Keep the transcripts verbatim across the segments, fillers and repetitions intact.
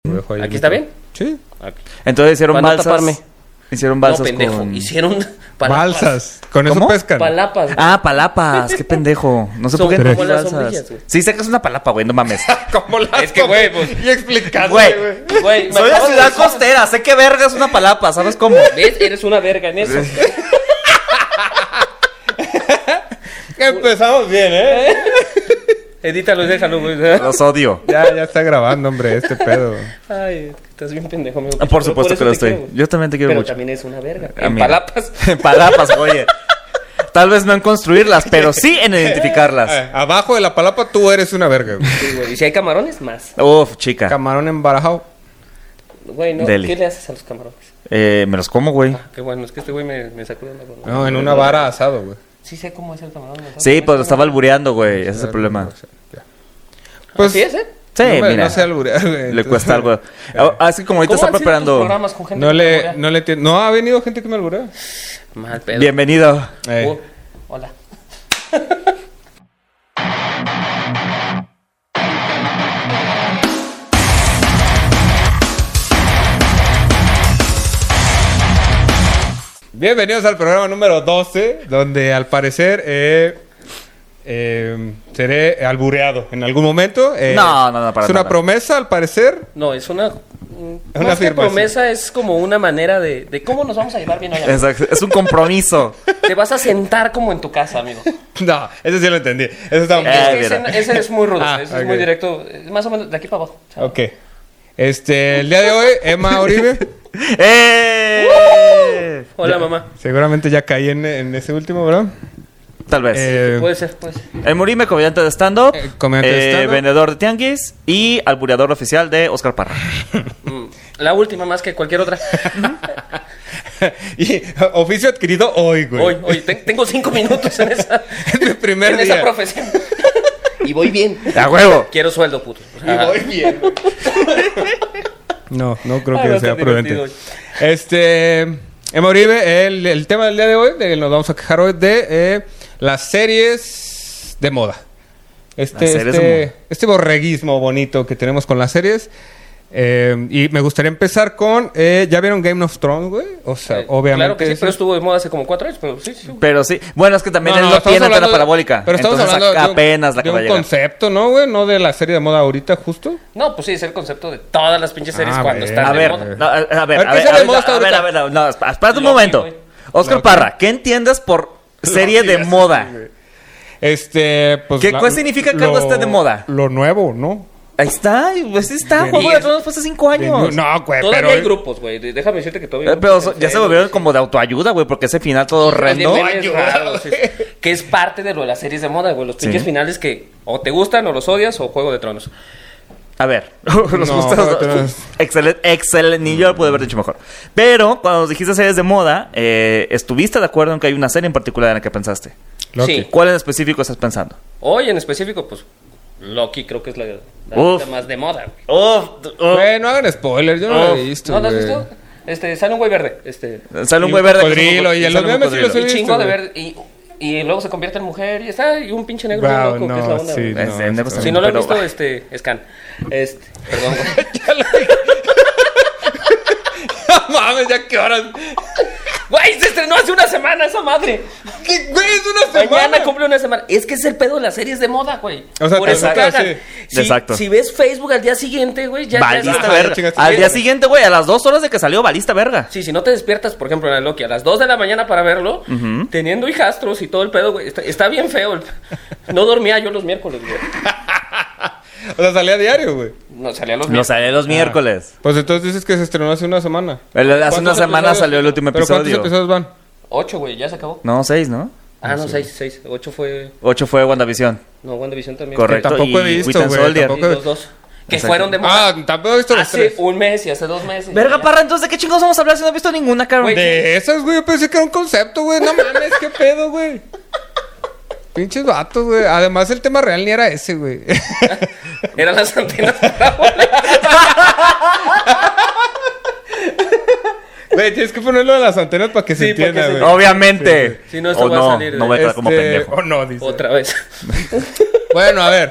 ¿Aquí está bien? Sí. Aquí. Entonces hicieron Para no balsas. taparme. Hicieron balsas No, pendejo. con... Hicieron palapas. Balsas. Con eso ¿Cómo? pescan. Palapas. güey. Ah, palapas. Qué pendejo. No sé Son por qué como no las balsas. sombrillas, güey. Sí, sé que es una palapa, güey. No mames. Como las Es que, güey, pues... Y explicando, Güey. güey. Güey, me Soy de acabas ciudad decir- costera. Sé que verga es una palapa. ¿Sabes cómo? ¿Ves? Eres una verga en eso. Empezamos bien, ¿eh? Edítalo y déjalo, güey. Los odio. Ya, ya está grabando, hombre, este pedo. Ay, estás bien pendejo, amigo. Ah, Por supuesto que lo eso te estoy. quiero, güey. Yo también te quiero Pero mucho. también es una verga. Ah, En mira. palapas. Palapas, oye. Tal vez no en construirlas, pero sí en identificarlas. Eh, abajo de la palapa tú eres una verga, güey. Sí, güey. Y si hay camarones, más. Uf, chica. Camarón embarajado. Güey, no. Deli. ¿Qué le haces a los camarones? Eh, me los como, güey. Ah, qué bueno. Es que este güey me, me sacó de la gorra. No, en una vara asado, güey. Sí sé cómo es el camarón. ¿no? Sí, pues lo estaba albureando, güey. Ese es el problema. Pues, ¿Sí es, eh? Sí, no me- mira. No sé alburear, güey. Le entonces- cuesta algo. Ah, Así como ahorita ¿Cómo está han sido tus preparando. programas con gente No que le, alburea? no le tiene- No, ha venido gente que me alburea. Mal pedo. Bienvenido. Eh. Oh, hola. Bienvenidos al programa número doce, donde al parecer eh, eh, seré albureado en algún momento. Eh, No, no, no, para Es una nada. promesa, al parecer. No, es una... mm, Una más que afirmación. promesa, es como una manera de, de cómo nos vamos a llevar bien hoy. amigo. Exacto. Es un compromiso. Te vas a sentar como en tu casa, amigo. No, eso sí lo entendí. Eso está muy Es Eh, que ese, mira. ese es muy rudo, Ah, ese ok. es muy directo. Es más o menos de aquí para abajo. O sea, Ok. Este, el día de hoy, Emma Oribe. ¡Eh! Hola, Ya- mamá. Seguramente ya caí en, en ese último, ¿verdad? Tal vez. Eh, Puede ser, puede ser. El Murime, comediante de stand-up. Eh, comediante de eh, stand-up. vendedor de tianguis. Y albureador oficial de Oscar Parra. Mm, La última más que cualquier otra. y oficio adquirido hoy, güey. Hoy, hoy. te- tengo cinco minutos en esa, Es mi primer en día. esa profesión. Y voy bien. ¡A huevo! Quiero sueldo, puto. O Y sea, voy bien. güey. No, no creo Ah, que va a sea estar prudente. divertido Este, Emma Oribe, el, el tema del día de hoy, de, nos vamos a quejar hoy de eh, las series de moda. Este, Las series este, de moda. este borreguismo bonito que tenemos con las series. Eh, y me gustaría empezar con, eh, ¿ya vieron Game of Thrones, güey? O sea, eh, obviamente. Claro que sí, eso- pero estuvo de moda hace como cuatro años, pero sí, sí. Pero sí. Bueno, es que también No, él no, no estamos tiene antena hablando de- parabólica. Pero estamos Entonces hablando de un- apenas la de que va a un llegar. concepto, ¿no, güey? No de la serie de moda ahorita, justo. No, pues sí, es el concepto de todas las pinches series Ah, cuando bueno. están A de ver, moda. no, a, a ver, A a ver, ver, ¿qué a ver, serie de a moda está ver, a ahorita? ver, no, esp- espérate un Loki, momento. güey. Oscar Loki. Parra, ¿qué entiendes por serie de moda? Este, pues. ¿Qué- cuál significa que algo esté de moda? Lo nuevo, ¿no? Ahí está, pues sí está, De Juego de diez. Tronos fue hace cinco años. No, güey, Todavía pero. hay grupos, güey. de- Déjame decirte que todavía Eh, hay Pero grupos so- en ya se Facebook, volvieron sí. como de autoayuda, güey, porque ese final todo El de horrendo. memes ayuda, raros, güey. es- que es parte de lo de las series de moda, güey. Los pinches Sí. finales que o te gustan o los odias o Juego de Tronos. A ver, los No, gustan- Juego de Tronos. excelente, excelente, ni yo lo pude haber dicho mejor. Pero cuando nos dijiste series de moda, eh, ¿estuviste de acuerdo en que hay una serie en particular en la que pensaste? Loki. Sí. ¿Cuál en específico estás pensando? Hoy en específico, pues Loki creo que es la, la Uf. ahorita más de moda, güey. Uf, Güey, no hagan spoilers, yo no lo he visto. ¿No lo has güey. visto? Este, sale un güey verde. Este, sale un Y güey un verde. cocodrilo, y en los sale un memes sí los he cocodrilo. y visto, chingo de güey. verde. Y, y luego se convierte en mujer y está. Y un pinche negro Wow, loco no, que es la onda, sí, güey. no, Es- es- esto- es- Si no lo han pero- visto, este, Scan. Este, perdón, güey. No mames, ya qué horas. Güey, se estrenó hace una semana esa madre. ¿Qué, güey, es una semana. Mañana cumple una semana. Es que es el pedo de las series de moda, güey. O sea, Por te eso gusta, cagan. sí. Si, Exacto. si ves Facebook al día siguiente, güey, ya, ya Valista está- Ah, verga. chingaste. Al día siguiente, güey, a las dos horas de que salió, valista verga. Sí, si no te despiertas, por ejemplo, en la Loki a las dos de la mañana para verlo, teniendo hijastros y todo el pedo, güey, está, está bien feo. el- No dormía yo los miércoles, güey. O sea, salía a diario, güey. No, salía los No miércoles. sale los miércoles. Pues entonces dices que se estrenó hace una semana. El- Hace ¿Cuántos una semana episodios? salió el último ¿Pero cuántos episodio. episodios van? Ocho, güey, ya se acabó. No, seis, ¿no? Ah, no, seis, seis. Ocho fue... Ocho fue WandaVision. No, WandaVision también. Correcto. tampoco y he visto, Winter güey, Soldier. Y tampoco- los dos. Que Exacto. fueron de moda Ah, tampoco he visto los hace tres. un mes y hace dos meses. Verga, Ya. Parra, entonces, ¿de qué chingados vamos a hablar si no he visto ninguna, cabrón? Güey, De esas, güey, yo pensé que era un concepto, güey. No mames, qué pedo, güey. Pinches vatos, güey. Además, el tema real ni era ese, güey. Eran las antenas parabólicas. Güey, tienes que ponerlo en las antenas para que se Sí, para entienda, que se- güey. Obviamente. Sí, sí. Si no, esto O va a no, salir de- no voy a quedar como Este, pendejo. Oh, no, dice. Otra vez. Bueno, a ver.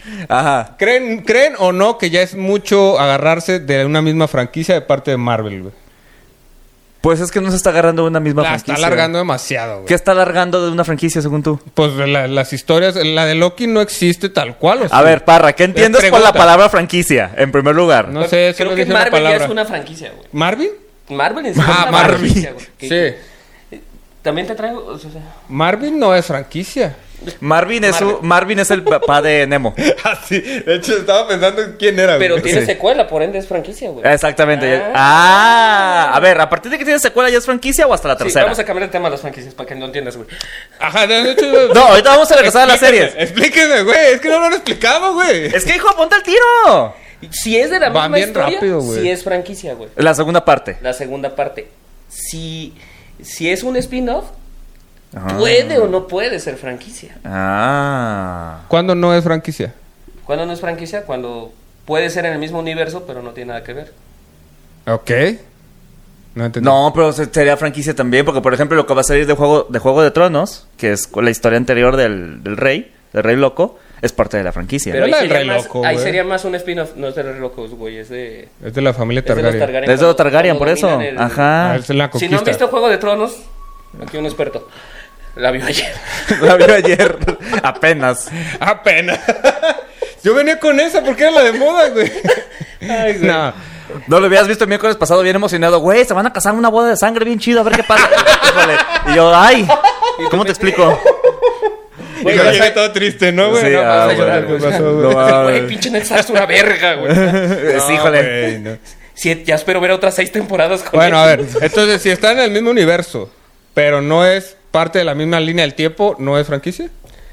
Ajá. ¿Creen, ¿Creen o no que ya es mucho agarrarse de una misma franquicia de parte de Marvel, güey? Pues es que no se está agarrando de una misma La franquicia. está alargando demasiado, güey. ¿Qué está alargando de una franquicia, según tú? Pues la- las historias... La de Loki no existe tal cual, ¿o sí? A ver, Parra, ¿qué entiendes por la pregunta. palabra franquicia, en primer lugar? No sé, Creo solo que dije una Marvel ya palabra. es una franquicia, güey. ¿Marvel? Marvel en sí Ah, es una Marvel. franquicia, güey. Que- Sí. También te traigo... O sea, Marvel no es franquicia. Marvin es, Marvel. su- Marvin es el papá de Nemo. Ah, sí. De hecho, estaba pensando en quién era, pero güey. tiene Sí. secuela, por ende es franquicia, güey. Exactamente. Ah. Ah. A ver, ¿a partir de que tiene secuela ya es franquicia o hasta la Sí, tercera? vamos a cambiar el tema de las franquicias para que no entiendas, güey. Ajá, de hecho... No, ahorita vamos a regresar a las Explíquenme, series. Explíquenme, güey. Es que no lo han explicado, güey. Es que, hijo, ponte al tiro. Si es de la Van misma bien historia, rápido, güey. sí es franquicia, güey. La segunda parte. La segunda parte. Si, si es un spin-off, Ajá. puede o no puede ser franquicia. Ah. ¿Cuándo no es franquicia? ¿Cuándo no es franquicia? Cuando puede ser en el mismo universo, pero no tiene nada que ver. Ok. No entendí. No, pero se- sería franquicia también, porque por ejemplo lo que va a salir de Juego de, Juego de Tronos, que es la historia anterior del, del rey, del rey loco, es parte de la franquicia. Pero ahí la del sería, Rey más, Loco, ahí güey. sería más un spin-off. No es de los locos, güey. Es de, Es de la familia es de los Targaryen. Targaryen. Es de los cuando- Targaryen, cuando por eso. dominan el- Ajá. Ah, es la Si conquista. no han visto Juego de Tronos, aquí un experto. La vio ayer. La vi ayer. Apenas. Apenas. Yo venía con esa porque era la de moda, güey. Ay, güey. No. No lo habías visto el miércoles pasado bien emocionado. Güey, se van a casar en una boda de sangre bien chido, a ver qué pasa. Híjole. Y yo, ay, ¿cómo te explico? Y yo llegué todo triste, ¿no, güey? Sí, no, ah, vas a güey. llorar, ¿qué pasó, güey? No, Güey, mames. pinche Netflix es una verga, güey. Sí, híjole. güey, no. Sí, ya espero ver otras seis temporadas con Bueno, él. a ver. Entonces, si está en el mismo universo, pero no es parte de la misma línea del tiempo, ¿no es franquicia?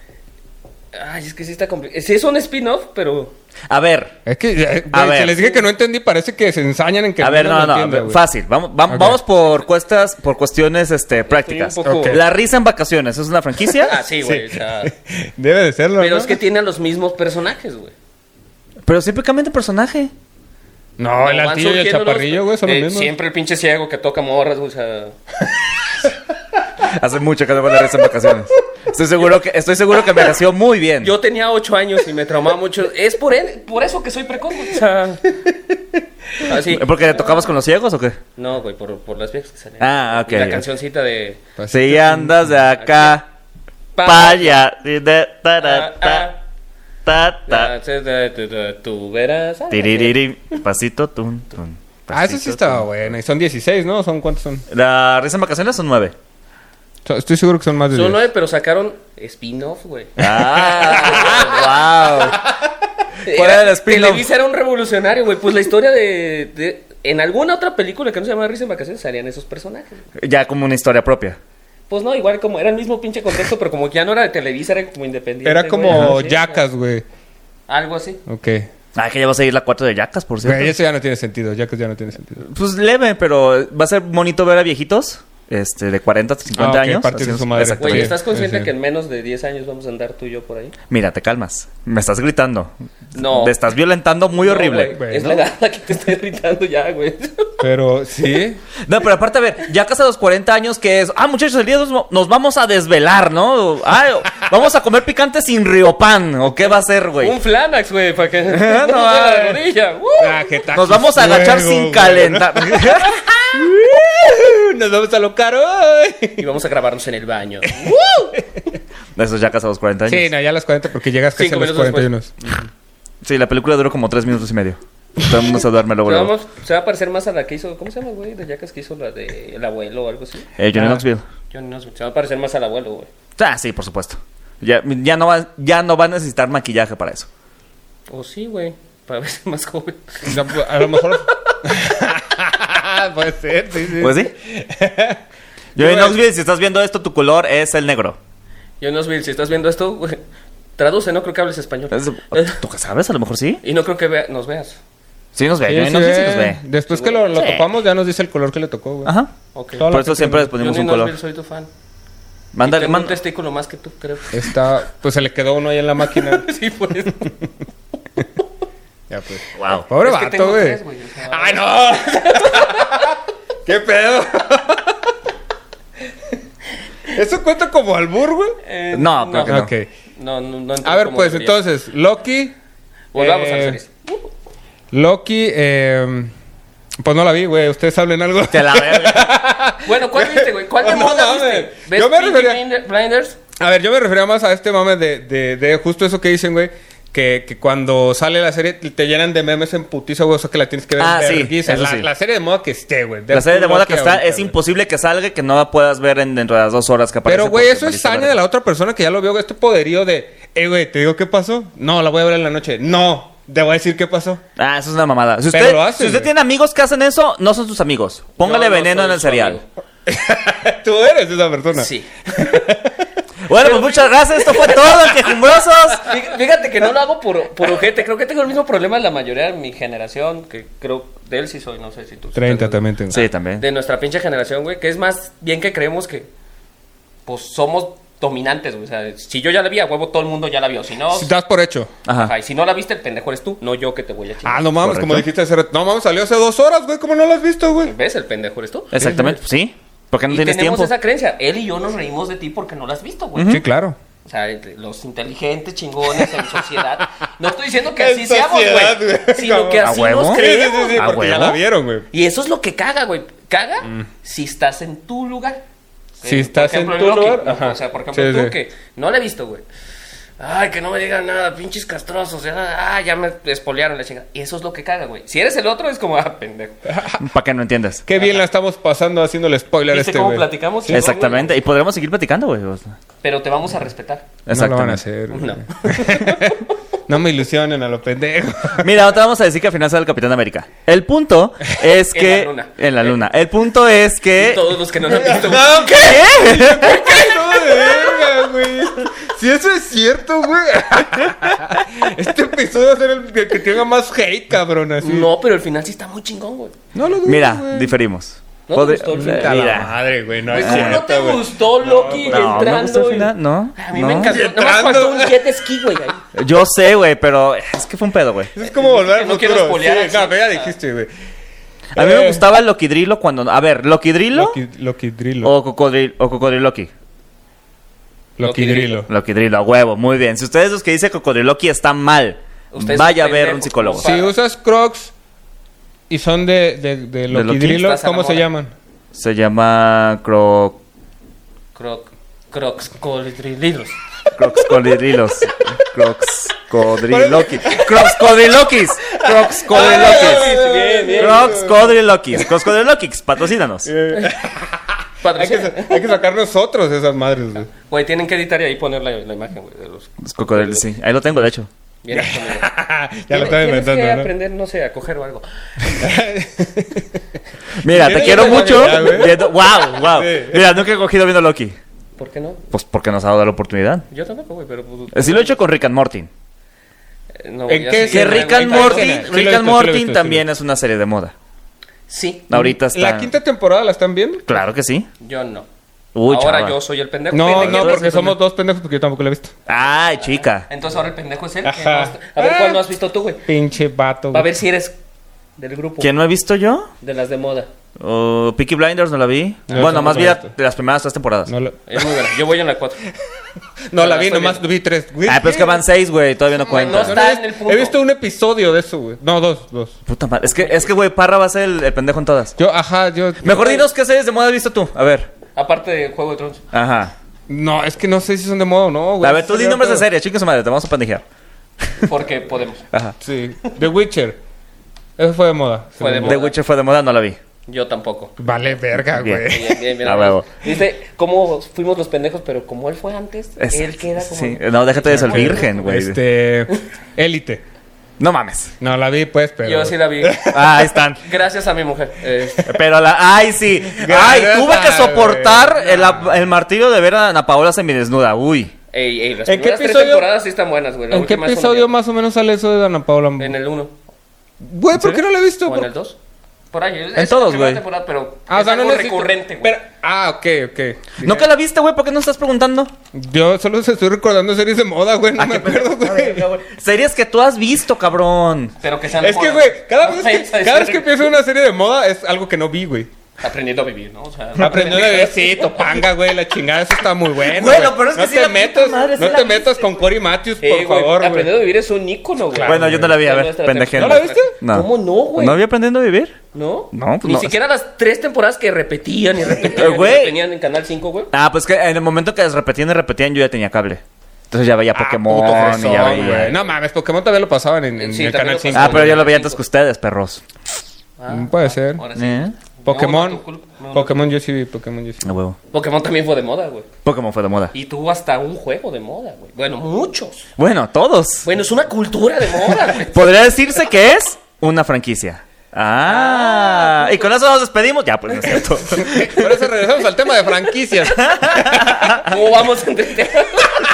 Ay, es que sí está complicado. Sí es un spin-off, pero... A ver, Es que, eh, A güey, ver. si les dije que no entendí, parece que se ensañan en que a ver, no, lo no, entienda, no, güey. fácil. Vamos, vam- Ok. vamos por cuestas, por cuestiones este, prácticas. un poco- Ok. La risa en vacaciones, ¿es una franquicia? Ah, sí, güey. O sea, Debe de serlo, pero ¿no? es que tiene a los mismos personajes, güey. Pero siempre cambia de personaje. No, el van altillo y el surgiendo los- chaparrillo, güey, son los eh, mismos. Siempre el pinche ciego que toca morras, güey. O sea... Hace mucho que no veo la risa en vacaciones. Estoy seguro que, estoy seguro que envejeció muy bien. Yo tenía ocho años y me traumaba mucho. Es por él, por eso que soy precoz, güey. O sea... Así. ¿Porque le tocabas con los ciegos o qué? No, güey, por, por las viejas que salían. Ah, ok, Y la ok. cancioncita de... Si andas de acá, Pa- pa' allá, y de- ta, Ah, ta, ta, ta, ta, ah, te- te- te- te- Tú verás... ah, tiririri, pasito, tun, tun. Ah, eso sí pasito, estaba tun. bueno. Y son dieciséis, ¿no? ¿Son cuántos son? La risa en vacaciones son nueve. So- Estoy seguro que son más de Son diez. nueve, pero sacaron spin-off, güey. Ah, wow. ¿Cuál era el spin-off? Televisa era un revolucionario, güey. Pues la historia de, de- En alguna otra película que no se llama Risa en Vacaciones salían esos personajes. güey. Ya como una historia propia. Pues no, igual como era el mismo pinche contexto, pero como que ya no era de Televisa, era como independiente. Era güey. como Ajá, sí, Jackass, güey. Algo así. Ok. Ah, que ya va a seguir la cuatro de Yacas, por cierto. Güey, eso ya no tiene sentido. Jackass ya no tiene sentido. Pues leve, pero va a ser bonito ver a viejitos. Este, de cuarenta hasta cincuenta Ah, ok, años. parte de haciendo- su madre. Exactamente. Güey, Sí, ¿estás consciente sí, sí. que en menos de diez años vamos a andar tú y yo por ahí? Mira, te calmas. Me estás gritando. No. Te estás violentando muy No, horrible. güey, Güey, es ¿no? la edad la que te está irritando ya, güey. Pero sí. No, pero aparte, a ver, ya casi a los cuarenta años que es... Ah, muchachos, el día nos, nos vamos a desvelar, ¿no? Ah, vamos a comer picante sin riopan. ¿O qué va a ser, güey? Un Flanax, güey, para que no, No, me duela la ay. rodilla. ¡Uh! Ah, qué Nos vamos a agachar taquis sin fuego, calentar. güey. Nos vamos a locar hoy. Y vamos a grabarnos en el baño. Eso ya casi a los cuarenta años. Sí, no, ya a los cuarenta porque llegas casi Cinco a los minutos cuarenta y uno. Sí, la película duró como tres minutos y medio. Todo el mundo se duerme luego. Se, luego. vamos- se va a parecer más a la que hizo... ¿Cómo se llama, güey? De Jackass que hizo la de El Abuelo o algo así. Eh, Johnny Ah. Knoxville. Johnny Knoxville. Se va a parecer más al abuelo, güey. Ah, sí, por supuesto. Ya, ya, no va, ya no va a necesitar maquillaje para eso. O sí, güey. Para verse más joven. No, a lo mejor. Puede ser, sí, sí. Pues sí. Johnny Knoxville, si estás viendo esto, tu color es el negro. Johnny Knoxville, si estás viendo esto, güey, traduce, no creo que hables español. Es- ¿Tú qué sabes? A lo mejor sí. Y no creo que vea- nos veas. Sí nos ve. Sí, Johnny sí Knoxville sí ve. nos ve. Después que lo, lo Sí. topamos, ya nos dice el color que le tocó, güey. Ajá. Ok. Todo Por lo eso que siempre les tenemos. ponemos Johnny un color. Knoxville, soy tu fan. Mándale, y tengo un man- testículo más que tú, creo. Está, pues se le quedó uno ahí en la máquina. Sí, pues. Ya, pues. Wow. Pobre Es que vato, tengo güey. tres, güey, o sea- ¡Ay, no! ¿Qué pedo? ¿Eso cuenta como albur, güey? Eh, No, creo que no. Ok. No, no, no A entiendo ver, cómo pues debería. entonces, Loki Volvamos Eh, a las series. Loki, eh, pues no la vi, güey. ¿Ustedes hablen algo? Te la verga. Bueno, ¿cuál viste, güey? ¿Cuál de No moda mames. viste? ¿Ves Yo me Peaky refería- Blinder- Blinders? A ver, yo me refería más a este mame de, de, de justo eso que dicen, güey. Que, que cuando sale la serie te llenan de memes en putiza, güey. O sea, que la tienes que ver. Ah, sí, verguiza. eso la, sí. la serie de moda que esté, güey. La serie de moda que Loki está, ahorita, es güey. imposible que salga y que no la puedas ver en, dentro de las dos horas que aparece. Pero, güey, porque eso es valiste saña verga. de la otra persona que ya lo vio, güey. Este poderío de, eh, güey, ¿te digo qué pasó? No, la voy a ver en la noche. No, te voy a decir qué pasó. Ah, eso es una mamada. Si Pero usted, lo hacen, si usted güey. tiene amigos que hacen eso, no son sus amigos. Póngale Yo no veneno soy en el su cereal. amigo. Tú eres esa persona. Sí. Bueno, pues muchas gracias. Esto fue todo, quejumbrosos. Fí- Fíjate que no lo hago por, por ojete. Creo que tengo el mismo problema de la mayoría de mi generación. Que creo de él sí soy, no sé si tú. treinta tú- también tengo. Sí, también. De nuestra pinche generación, güey. Que es más bien que creemos que. Pues somos dominantes, güey. O sea, si yo ya la vi, a huevo todo el mundo ya la vio. Si no. Si das por hecho. Ajá. Ajá, y si no la viste, el pendejo eres tú, no yo que te voy a chingar. Ah, no mames, Correcto. como dijiste hace rato. No mames, salió hace dos horas, güey. ¿Cómo no lo has visto, güey? ¿Ves? El pendejo eres tú. Exactamente, sí. Porque no Y tienes tenemos tiempo. esa creencia. Él y yo nos reímos de ti porque no la has visto, güey. Sí, claro. O sea, entre los inteligentes chingones en sociedad. No estoy diciendo que En así seamos, sociedad, güey. güey. Sino que ¿A así huevo? nos Sí, sí, sí, creemos. sí, ¿A porque ya huevo? la vieron, güey. Y eso es lo que caga, güey. Caga si estás en tu lugar. Si Eh, estás por ejemplo, en tu Loki, lugar, ¿no? ajá. O sea, por ejemplo, Sí, tú sí. que no la he visto, güey. Ay, que no me digan nada, pinches castrosos. Ya, ah, ya me espolearon la chingada. Y eso es lo que caga, güey. Si eres el otro, es como, ah, pendejo. Para que no entiendas. Qué bien la estamos pasando haciéndole spoiler a ¿Viste este, cómo güey. platicamos? Sí. Exactamente. Y podremos seguir platicando, güey. O sea, Pero te vamos a respetar. No lo van a exactamente. hacer, güey. No. No me ilusionen a lo pendejo. Mira, no te vamos a decir que al final sale el Capitán América. El punto es En que... la luna. En la luna. El punto es que... Todos los que no lo han visto. No, ¿Qué? no de verga, güey. Si eso es cierto, güey. Este episodio va a ser el que, que tenga más hate, cabrón, así. No, pero el final sí está muy chingón, güey. no lo dudo, Mira, güey. diferimos. ¿No te Podri- gustó el final? A la Mira. madre, güey. No Güey, es ¿cómo no cierto, te güey. gustó Loki No, entrando? me gustó el güey? final, no. A mí no. me encantó. Nada más Entrando. faltó un jet ski, güey. ahí. Yo sé, güey, pero es que fue un pedo, güey. Es como volver al No quiero futuro. spoilear Sí, así. no, pero ya dijiste, güey. A mí me Eh, gustaba el Loquidrilo cuando... A ver, ¿Loquidrilo Loki, Loki Drilo. o Cocodrilo o Cocodriloqui? Loki Drilo. Loquidrilo, a huevo, muy bien. Si ustedes los que dicen Cocodriloqui están mal, Ustedes vaya a son ver pendejos, un psicólogo. como Si usas Crocs y son de, de, de Loki Loki, Drilo, estás a la ¿cómo se moda. llaman? Se llama Cro... Croc, crocs, colidrilos. Crocs Codrilos. Crocs Codriloquis. Crocs Codriloquis. Crocs Codriloquis. Bien, bien. Crocs Codriloquis. Crocs Codriloquis. Patrocínanos. Hay que, Patrocina. hay que sacar nosotros esas madres, güey. Güey, tienen que editar y ahí poner la, la imagen, güey, de los... Los cocodrilos, sí. Ahí lo tengo, de hecho. Bien, conmigo. Ya lo estaba Tienes inventando, que ¿no? aprender, no sé, a coger o algo. Mira, te Tienes quiero que mucho. ya, güey. Viendo... Wow, wow. Sí. Mira, nunca he cogido viendo Loki. ¿Por qué no? Pues porque nos ha dado la oportunidad. Yo tampoco, güey, pero... pues, Sí lo he hecho con Rick and Morty. eh, no, ¿En ya qué sé Que Sí, Rick güey, and güey, Morty, sí, sí lo he Rick visto, sí and lo he Morty visto, sí. también es una serie de moda. Sí, Ahorita está... ¿La quinta temporada la están viendo? Claro que sí. yo no. Uy, Ahora chava. yo soy el pendejo. No, Pendejo, no, pendejo. porque somos dos pendejos porque yo tampoco la he visto. Ay, chica. Entonces ahora el pendejo es él. que Ajá. no está- A ver, ¿cuál no has visto tú, güey? Pinche vato, Va a güey. ver si eres del grupo. ¿Quién no he visto yo? De las de moda. Oh, Peaky Blinders no la vi. No, bueno, más tampoco vi la he la- visto. de las primeras tres temporadas. No, la... Es muy buena. Yo voy en la cuatro. no la la vi, estoy nomás viendo. vi tres. Güey, Ah, pero es que van seis, güey. Todavía no Güey, no cuenta. está he en visto- el punto. He visto un episodio de eso, güey. No, dos, dos. Puta madre. Es que, es que, güey, Parra va a ser el, el pendejo en todas. Yo, ajá, yo... Mejor dinos qué series de moda has visto tú. A ver. Aparte de Juego de Tronos. Ajá. No, es que no sé si son de moda o no, güey. A ver, tú di Sería nombres de pedo. series. Chicos, su madre. Te vamos a pendejear. Porque podemos. Ajá. Sí. The Witcher. Eso fue de moda. Fue de The moda. Witcher fue de moda, no la vi. Yo tampoco. Vale, verga, Bien. güey. Bien, bien, bien. A huevo. Dice cómo fuimos los pendejos, pero como él fue antes, Es- él queda como. Sí. No, déjate de ser virgen, güey. Este... Élite. No mames. No, la vi, pues, pero... Yo sí la vi. Ah, ahí están. Gracias a mi mujer. Eh, Pero la... Ay, sí. Ay, Gracias, tuve que soportar güey. el, el martillo de ver a Ana Paola semidesnuda. Uy. ey, ey, las ¿En qué primeras tres episodio- temporadas sí están buenas, güey. La ¿En qué última es una episodio mierda. más o menos sale eso de Ana Paula? En el uno. Güey, ¿por qué no lo he visto? O en el dos. Por ahí. En todos, güey. Pero Ah, o es sea, no algo necesito- recurrente, güey. Pero- Ah, ok, ok. ¿No que la viste, güey? ¿Por qué no estás preguntando? Yo solo estoy recordando series de moda, güey. No Ah, me qué acuerdo, güey. Series que tú has visto, cabrón. Pero que sean Es que, modas. güey, cada No vez vayas a que, cada vez decir- que pienso en una serie de moda es algo que no vi, güey. Aprendiendo a vivir, ¿no? O sea, Aprendió de ver, sí, Topanga, güey, la chingada, eso está muy bueno. Güey, güey. lo peor es que no sí, te la metas, puta madre, sí no la te viste. metas con Cory Matthews, Sí, por güey, favor, güey. Aprendiendo a vivir es un ícono, güey. Bueno, yo no la vi, a ver, Nuestra pendejero. ¿No la viste? No. ¿Cómo no, güey? ¿No había aprendiendo a vivir? ¿No? No, pues Ni no. siquiera las tres temporadas que repetían y repetían. Eh, güey. y repetían en Canal cinco, güey. Ah, pues que en el momento que repetían y repetían, yo ya tenía cable. Entonces ya veía Ah, Pokémon puto y fresón, ya güey. veía. No mames, Pokémon todavía lo pasaban en, en Sí, el también Canal lo cinco. Ah, pero yo lo veía cinco. antes que ustedes, perros. Ah, Puede ser. Ahora sí. ¿Eh? Pokémon. No, no, no, no, no. Pokémon yo sí vi, Pokémon yo sí. A huevo. Pokémon también fue de moda, güey. Pokémon fue de moda. Y tuvo hasta un juego de moda, güey. Bueno, muchos. Bueno, todos. Bueno, es una cultura de moda, güey. Podría decirse que es una franquicia. Ah, y con eso nos despedimos. Ya, pues no es cierto. Por eso regresamos al tema de franquicias. ¿Cómo vamos entre temas?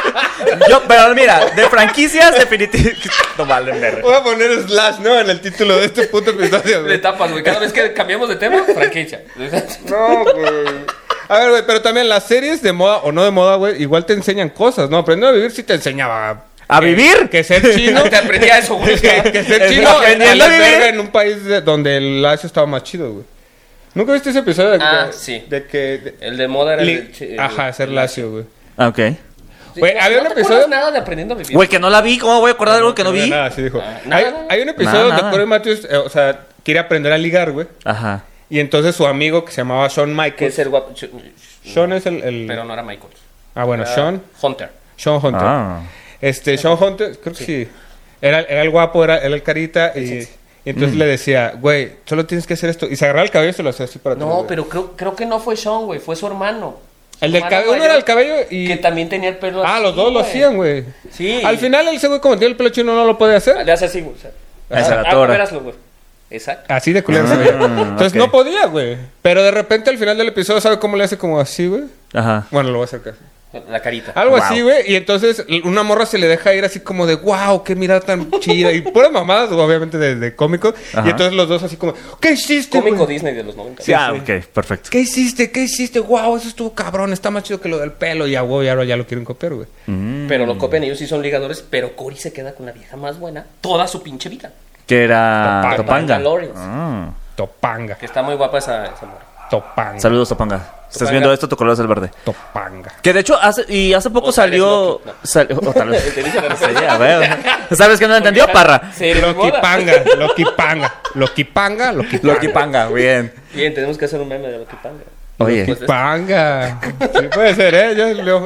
Yo, pero mira, de franquicias definitivamente. No valen ver. Voy a poner slash, ¿no? En el título de este puto episodio, De güey. tapas, güey. Cada vez que cambiamos de tema, franquicia. No, güey. A ver, güey, pero también las series de moda o no de moda, güey, igual te enseñan cosas, ¿no? Aprendiendo a vivir sí te enseñaba. ¿A que- vivir? Que ser chino. Te aprendía eso, güey. que, que ser Es chino aprendiendo a a la vivir. verga en un país de- donde el lacio estaba más chido, güey. ¿Nunca viste ese episodio de, Ah, de- sí. de que... de- El de moda era li- el... de- el- Ajá, ser el- lacio, güey. Ah, ok. Sí, Güey, no- había no un te episodio- acuerdas nada de aprendiendo a vivir. Güey, que no la vi. ¿Cómo me voy a acordar de algo que no vi? Nada, sí dijo. Ah, hay, nada, nada. hay un episodio Nada, donde nada. Corey Matthews, eh, o sea, quiere aprender a ligar, güey. Ajá. Y entonces su amigo que se llamaba Shawn Que Michaels. es el guapo... Shawn es el... el- Pero no era Michael. Ah, bueno, Era Shawn. Hunter. Shawn Hunter. Ah. Este, Shawn Hunter, creo que sí. Era, era el guapo, era, era el carita. Y, y entonces Mm. le decía, güey, solo tienes que hacer esto. Y se agarraba el cabello y se lo hacía así para atrás, No, güey. pero creo, creo que no fue Sean, güey. Fue su hermano. El Su del hermano cabello, uno mayor, era el cabello y... Que también tenía el pelo Ah, así, los dos lo güey. hacían, güey. Sí. Al final, ese güey, como tiene el pelo chino, no lo puede hacer. Le hace así, güey. o sea. Esa era Ah, tora. veráslo, güey. Exacto. Así de culero se veía. Entonces ok. no podía, güey. Pero de repente al final del episodio, ¿sabe cómo le hace como así, güey? Ajá. Bueno, lo voy a hacer casi. La carita. Algo Wow. así, güey. Y entonces una morra se le deja ir así como de, wow, qué mirada tan chida. Y puras mamadas, obviamente, de, de cómico. Ajá. Y entonces los dos así como, ¿qué hiciste, Cómico güey? Disney de los noventa. Sí, ah, sí. ok, perfecto. ¿Qué hiciste? ¿Qué hiciste? Wow, eso estuvo cabrón. Está más chido que lo del pelo. Y a huevo, ya, lo- ya lo quieren copiar, güey. Pero lo copian, ellos sí son ligadores. Pero Cory se queda con la vieja más buena toda su pinche vida. Que era Topanga. Topanga. Lawrence. Ah. Topanga. Que está muy guapa esa, esa morra. Topanga. Saludos, Topanga. Estás Topanga. viendo esto, tu color es el verde. Topanga. Que de hecho, hace, y hace poco O tal vez salió. Loki, no. sal- o tal vez. Te dice la Sí, referencia. a ver. ¿Sabes que no lo entendió, Parra? Serie de Loki moda. Panga. Loki Panga. Loki Panga. Loki Panga. Loki Panga, bien. Bien, tenemos que hacer un meme de Loki Panga. Oye, Pues, Panga. Sí, puede ser, ¿eh? Yo lo-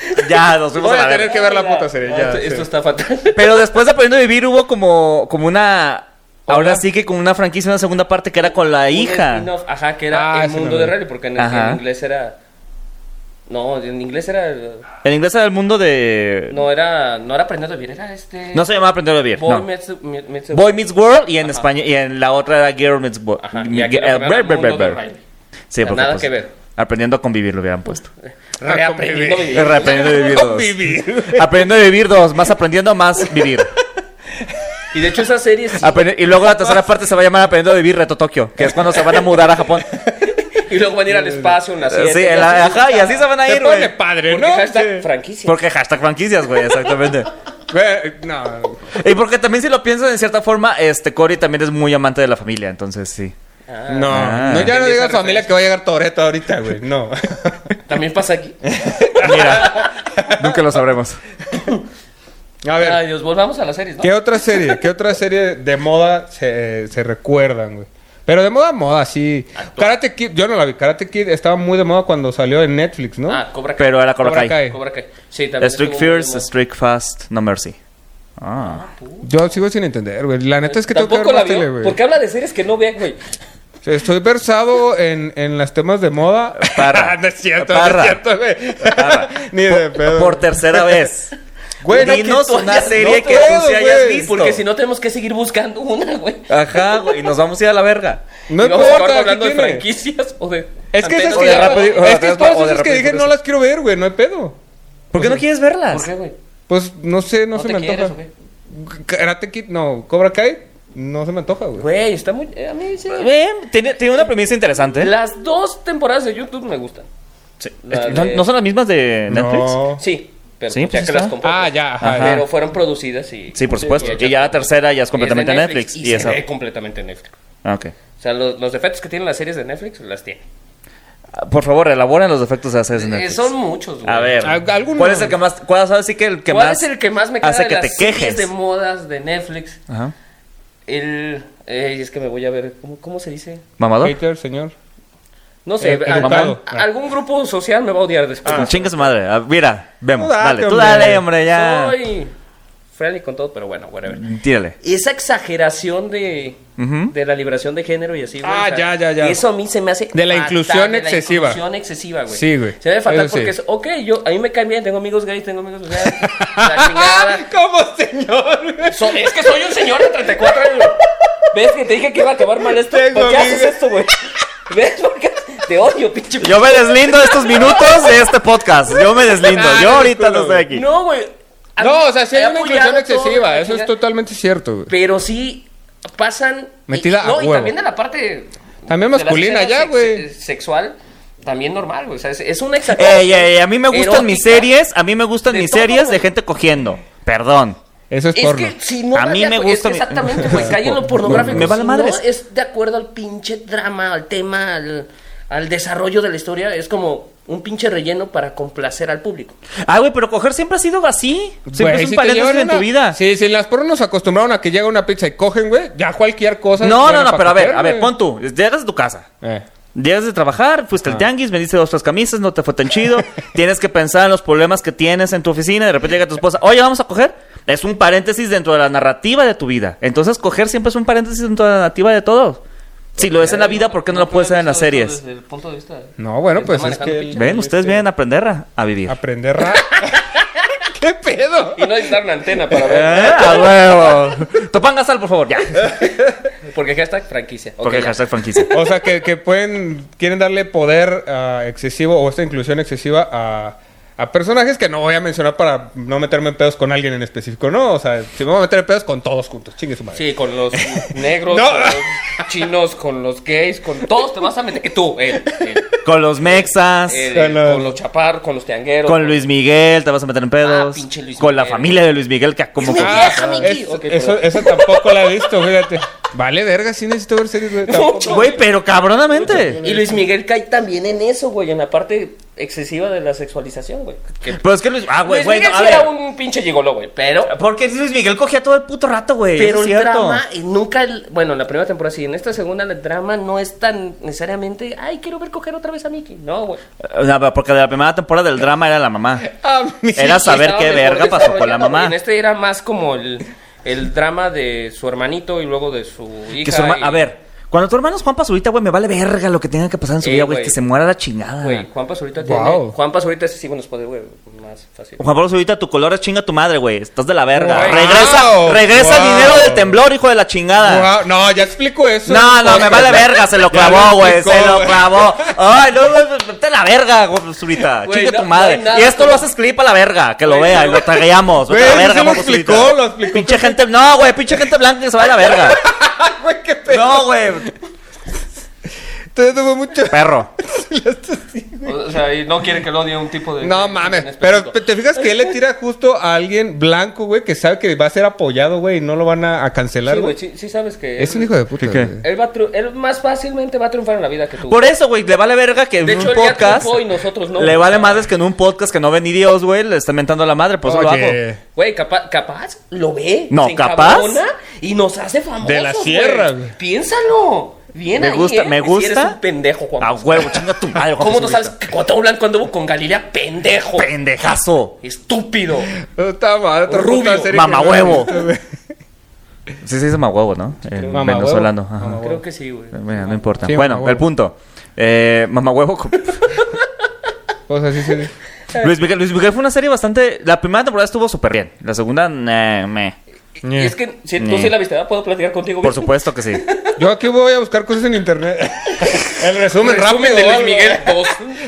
ya nos fuimos Voy a a la tener verga. que ver la puta serie. No, Ya, esto, sí. esto está fatal. Pero después de Aprendiendo a Vivir hubo como, como una. Ahora Hola. sí que con una franquicia, una segunda parte que era con la Un hija. spin-off, ajá, que era Ah, el ese mundo no de lo vi. Riley, porque en, Ajá. en inglés era... No, en inglés era... En inglés era el mundo de. No era, no era Aprendiendo a Vivir, era este... No se llamaba Aprendiendo a Vivir. Boy no. Meets, Meets- Boy Meets World y en Ajá. España y en la otra era Girl Meets Boy. Ajá, y aquí Eh, lo cambiaron ber- al ber- mundo ber- de ber. Riley. Sí, O sea, porque, nada pues, que ver. Aprendiendo a convivir lo hubieran puesto. Reaprendiendo a vivir. Aprendiendo a vivir dos. Convivir. Aprendiendo a vivir dos. Más aprendiendo, más vivir. Y de hecho esa serie sí. Aprende- y luego la tercera parte se va a llamar Aprendiendo a vivir Reto Tokio, que es cuando se van a mudar a Japón. Y luego van a ir al espacio en la siete. Sí, y en la- así. ajá, y así se van a Se ir, pone güey. padre, Porque ¿no? hashtag Sí. franquicia. Porque hashtag franquicias, güey, exactamente. Güey, no. Y porque también si lo piensas en cierta forma, este Cory también es muy amante de la familia, entonces sí. Ah, No, Ah. no, ya no Entendí digas esa familia que va a llegar Toretto ahorita, güey. No. También pasa aquí. Mira, nunca lo sabremos. A ver, Ay, Dios, volvamos a las series, ¿no? ¿qué otra serie? ¿Qué otra serie de moda se, se recuerdan, güey? Pero de moda, moda, sí. Karate Kid, yo no la vi. Karate Kid estaba muy de moda cuando salió en Netflix, ¿no? Ah, Cobra Kai. Pero era Cobra, Cobra Kai. Kai. Cobra Kai. Sí, también. Strict estuvo muy Fierce, de moda. Strict Fast, No Mercy. Ah. Yo sigo sin entender, güey. La neta es que tengo que ver Tampoco la más tele, vio. güey. Porque habla de series que no vean, güey. Estoy versado en, en los temas de moda. Parra. No es cierto, Parra. no es cierto, güey. Parra. Ni de Por, pedo. por tercera vez. Güey, no, Dinos que tú una hayas- serie no que tú puedo, sí hayas güey. visto. Porque si no tenemos que seguir buscando una, güey. Ajá, güey, y nos vamos a ir a la verga. No Y vamos a acabar importa, hablando ¿qué de tiene? franquicias o de... Es que esas antenas que de ya... Rápido- Es que o de todas Rápido esas que y dije Furioso. no las quiero ver, güey. No hay pedo. ¿Por qué no quieres verlas? ¿Por qué, güey? Pues no sé, no, ¿No se te me quieres antoja. o qué? Karate Kid, no. Cobra Kai, no se me antoja, güey. Güey, está muy... eh, A mí sí. Ven, tiene, tiene una premisa interesante. Las dos temporadas de YouTube me gustan. Sí. La ¿No, de- ¿No son las mismas de Netflix? No. Sí, pero Sí, ya pues que está. las compré. Ah, ya, ajá. Ajá. Pero fueron producidas y... Sí, por supuesto. hechas Y ya la por- tercera ya es y completamente de Netflix. Y, Y se esa. ve completamente Netflix. Ah, ok. O sea, los, los defectos que tienen las series de Netflix, las tiene. Por favor, elaboren los defectos de las series de Eh, Netflix. son muchos, güey. A ver, Al- algunos- ¿cuál es el que más, cuál sabes sí que el que ¿Cuál más es el que más me caga hace de que las te series quejes? de modas de Netflix? Ajá. El... Eh, es que me voy a ver... ¿Cómo, cómo se dice? ¿Mamador? Hater, señor. No sé, Eh, al- educado. al- algún grupo social me va a odiar después. Ah, chinga su madre. Ah, mira, vemos. Tú date, Dale, tú hombre. dale, hombre, ya. Soy friendly con todo, pero bueno, whatever. Tírale. Esa exageración de, Ujú. de la liberación de género y así, güey. Ah, ya, ya, ya. Eso a mí se me hace De la fatal, inclusión de excesiva. La inclusión excesiva, güey. Sí, güey. Se me ve fatal Eso sí. porque es, ok, yo, a mí me cae bien, tengo amigos gays, tengo amigos, o sea, la chingada. ¿Cómo, señor? So- es que soy un señor de treinta y cuatro años, güey. ¿Ves que te dije que iba a acabar mal esto? Tengo ¿Por qué haces amigos. esto, güey? ¿Ves? ¿Por qué? Te odio, pinche. Yo me deslindo de estos minutos de este podcast. Yo me deslindo. Ah, Yo no, ahorita culo, no estoy aquí. No, güey. A No, mí- o sea, sí hay he una apoyado inclusión todo, excesiva. la Eso es chingada. totalmente cierto, güey. Pero sí pasan... Metida y, no, a y huevo. también de la parte... También de las masculina escenas ya, güey. sex- Sexual, también normal, güey. O sea, es, es una exageración. Ey, ey, a mí me gustan erótica. mis series. A mí me gustan De mis todo, series de güey. gente cogiendo. Perdón. Eso es Es porno. que si no... A mí da me de- gusta es- mi- Exactamente, güey. Cae en lo pornográfico. Me vale Si madres. no es de acuerdo al pinche drama, al tema, al, al desarrollo de la historia. Es como un pinche relleno para complacer al público. Ah, güey, pero coger siempre ha sido así. Siempre Güey, es si un te paréntesis llevan en una- tu vida. Sí, si las pornos nos acostumbraron a que llega una pizza y cogen, güey, ya cualquier cosa. No, bueno, no, no, pa' pero a ver, coger, a ver, güey. pon tú. Llegas a tu casa. Eh. Llegas de trabajar, fuiste Ah. al tianguis, vendiste dos, tres camisas, no te fue tan chido. Tienes que pensar en los problemas que tienes en tu oficina. De repente llega tu esposa, oye, vamos a coger. Es un paréntesis dentro de la narrativa de tu vida. Entonces, coger siempre es un paréntesis dentro de la narrativa de todo. Si lo es en la vida, ¿por qué no lo puedes hacer en las series? Desde el punto de vista... No, bueno, Está pues es manejando que... pinche- Ven, ustedes vienen a aprender a, a vivir. Aprender ra... ¿Qué pedo? Y no necesitar una antena para Eh, ver. ¡A huevo! Topanga sal, por favor, ya. Porque hashtag franquicia. Ok, Porque ya. hashtag franquicia. O sea, que, que pueden... Quieren darle poder ah, excesivo o esta inclusión excesiva a... A personajes que no voy a mencionar para no meterme en pedos con alguien en específico, ¿no? O sea, si me voy a meter en pedos con todos juntos, chingue su madre. Sí, con los negros, No. con los chinos, con los gays, con todos te vas a meter que tú, él, él, Con los mexas. él, Con él, los- con los chaparros, con los tiangueros. Con Luis Miguel te vas a meter en pedos. Ah, pinche Luis con la Miguel. familia de Luis Miguel, que como Es mi que- vieja, Ah, Miki. es- Ok, eso, perdón. eso tampoco la he visto, fíjate. Vale, verga, sí necesito ver series, güey. tampoco. Mucho. Güey, pero cabronamente. Y Luis Miguel cae también en eso, güey, en la parte excesiva de la sexualización, güey. Que- Pero es que Luis. Ah, güey, Luis güey. Miguel no, sí a era ver. un pinche gigolo, güey, pero... Porque Luis Miguel cogía todo el puto rato, güey. Pero Eso el es cierto. drama, eh, nunca, el- bueno, en la primera temporada sí, en esta segunda el drama no es tan necesariamente, ay, quiero ver coger otra vez a Mickey. No, güey. No, porque de la primera temporada del drama era la mamá. A mí sí. Era saber Estaba qué mejor verga pasó con la desarrollado, mamá. güey. En este era más como el, el drama de su hermanito y luego de su hija. Que su herma- y- A ver, cuando tu hermano es Juan Pazurita, güey, me vale verga lo que tenga que pasar en su Eh, vida, güey. güey. Que se muera la chingada. Güey, Juan Pazurita Wow. tiene... Juan Pazurita ese sí nos puede, güey, más fácil. Juan Pablo Zurita, tu color es chinga tu madre, güey. Estás de la verga. Wow. Regresa, regresa el Wow. dinero del temblor, hijo de la chingada. Guau, no, ya explico eso. No, no, me vale verga, se lo Ya lo clavó, güey, explicó, se lo güey. clavó. Ay, no, no, no, vete a la verga, güey, Zurita. Güey, Chinga no- tu no madre. hay nada Y esto como- lo haces clip a la verga, que lo Güey, vea y no. lo tagueamos. Vete a Güey, la verga, sí lo Juan explicó, Zurita. lo explicó. Pinche gente, no, güey, pinche gente blanca que se vaya a la verga. Güey, qué pedo. No, güey, Entonces tuvo mucho... perro. O sea, y no quiere que lo odie un tipo de... No de- mames, en pero específico. te fijas que él le tira justo a alguien blanco, güey, que sabe que va a ser apoyado, güey, y no lo van a, a cancelar, Sí, güey. güey, sí, sí sabes que... Es él- un hijo de puta, ¿Qué, qué? güey. Él, va a triu- él más fácilmente va a triunfar en la vida que tú. Por eso, güey, le vale verga que en De un hecho, él ya podcast. triunfó y nosotros no. Le vale madres que en un podcast que no ven ni Dios, güey, le está mentando a la madre, por eso lo hago. Oye, Güey, capaz, capaz lo ve. No, se capaz. encabrona y nos hace famosos. De la güey. sierra, güey. Piénsalo. Bien Me ahí, gusta, ¿eh? me Si gusta. eres un pendejo, Juan. A huevo, chinga tu madre, Juan ¿Cómo no Pazurita. sabes que Cuauhtémoc Blanco anduvo con Galilea? Pendejo. Pendejazo. Estúpido. puta madre, otra Rubio, puta serie que mamá no he huevo. visto, güey. Sí, sí, es mamahuevo, ¿no? Eh, Mamahuevo. venezolano. Ajá. Mamahuevo. Creo que sí, güey. Mira, no importa. Sí, bueno, mamahuevo. el punto. Eh, mamahuevo. con- O sea, sí, sí. Luis Miguel, Luis Miguel fue una serie bastante. La primera temporada estuvo súper bien. La segunda, nah, meh. Y es que si tú Ni. sí la viste, ¿verdad? ¿Puedo platicar contigo? Por güey? supuesto que sí. Yo aquí voy a buscar cosas en internet. El resumen, Resumen rápido. de Luis algo. Miguel dos.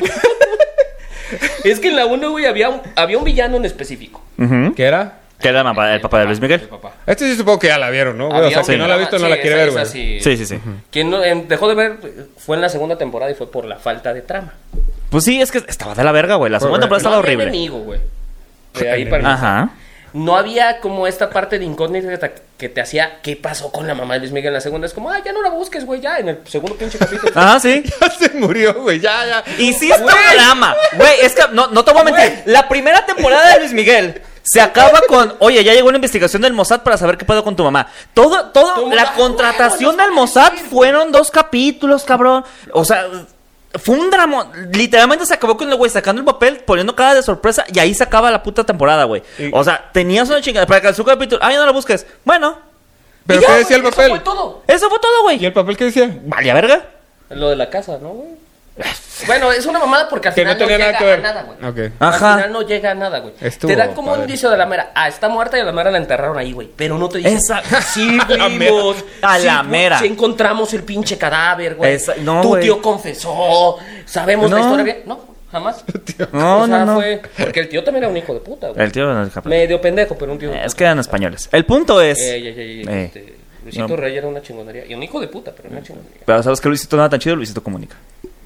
Es que en la uno, güey, había un, había un villano en específico. Ujú. ¿Qué era? Que era el papá, el papá de Luis Miguel. El papá. Este sí supongo que ya la vieron, ¿no? güey? Había O sea, un si no la ha visto, no sí, la quiere esa- ver, esa güey. sí. Sí, sí, sí. Quien no, en- dejó de ver fue en la segunda temporada y fue por la falta de trama. Pues sí, es que estaba de la verga, güey. La segunda Por- temporada estaba No había horrible. enemigo, güey. De ahí para Ajá. no había como esta parte de incógnita que te, que te hacía, ¿qué pasó con la mamá de Luis Miguel en la segunda? Es como, ah, ya no la busques, güey, ya, en el segundo pinche capítulo. Ajá, sí. Ya se murió, güey, ya, ya. Y sí es un drama. Güey, es que no, no te voy a mentir. La primera temporada de Luis Miguel se acaba con, oye, ya llegó una investigación del Mossad para saber qué pedo con tu mamá. Todo, todo, ¿Cómo la la- contratación bueno, del Mossad fueron dos capítulos, cabrón. O sea, fue un drama. Literalmente se acabó con el güey sacando el papel, poniendo cara de sorpresa, y ahí se acaba la puta temporada, güey. Y- O sea, tenías una chingada para que el su capítulo, ah, ya no la busques. Bueno, ¿Pero Y ya, qué decía el güey, papel? Eso fue todo. eso fue todo, ¿Y güey. el papel qué decía? Vale, a verga. Lo de la casa, ¿no, güey? Bueno, es una mamada porque al Que final no tenía llega nada que ver. a nada, güey. Ok. Ajá. Al final no llega a nada, güey. Estuvo Te dan como un padre. indicio de la mera. Ah, está muerta y a la mera la enterraron ahí, güey. Pero no te dicen. Esa- Sí, La vimos. A sí, la pu- mera. Sí encontramos el pinche cadáver, güey. Esa- no, tu güey. tío confesó. Sabemos la No. historia bien. No, jamás. No, O sea, no, no. fue. Porque el tío también era un hijo de puta, güey. El tío no es capaz. Medio pendejo, pero un tío de Es puta. que eran españoles. El punto es. Ey, ey, ey, ey, Eh. este, Luisito No. Rey era una chingonería. Y un hijo de puta, pero una chingonería. Pero ¿sabes qué Luisito nada tan chido? Luisito comunica.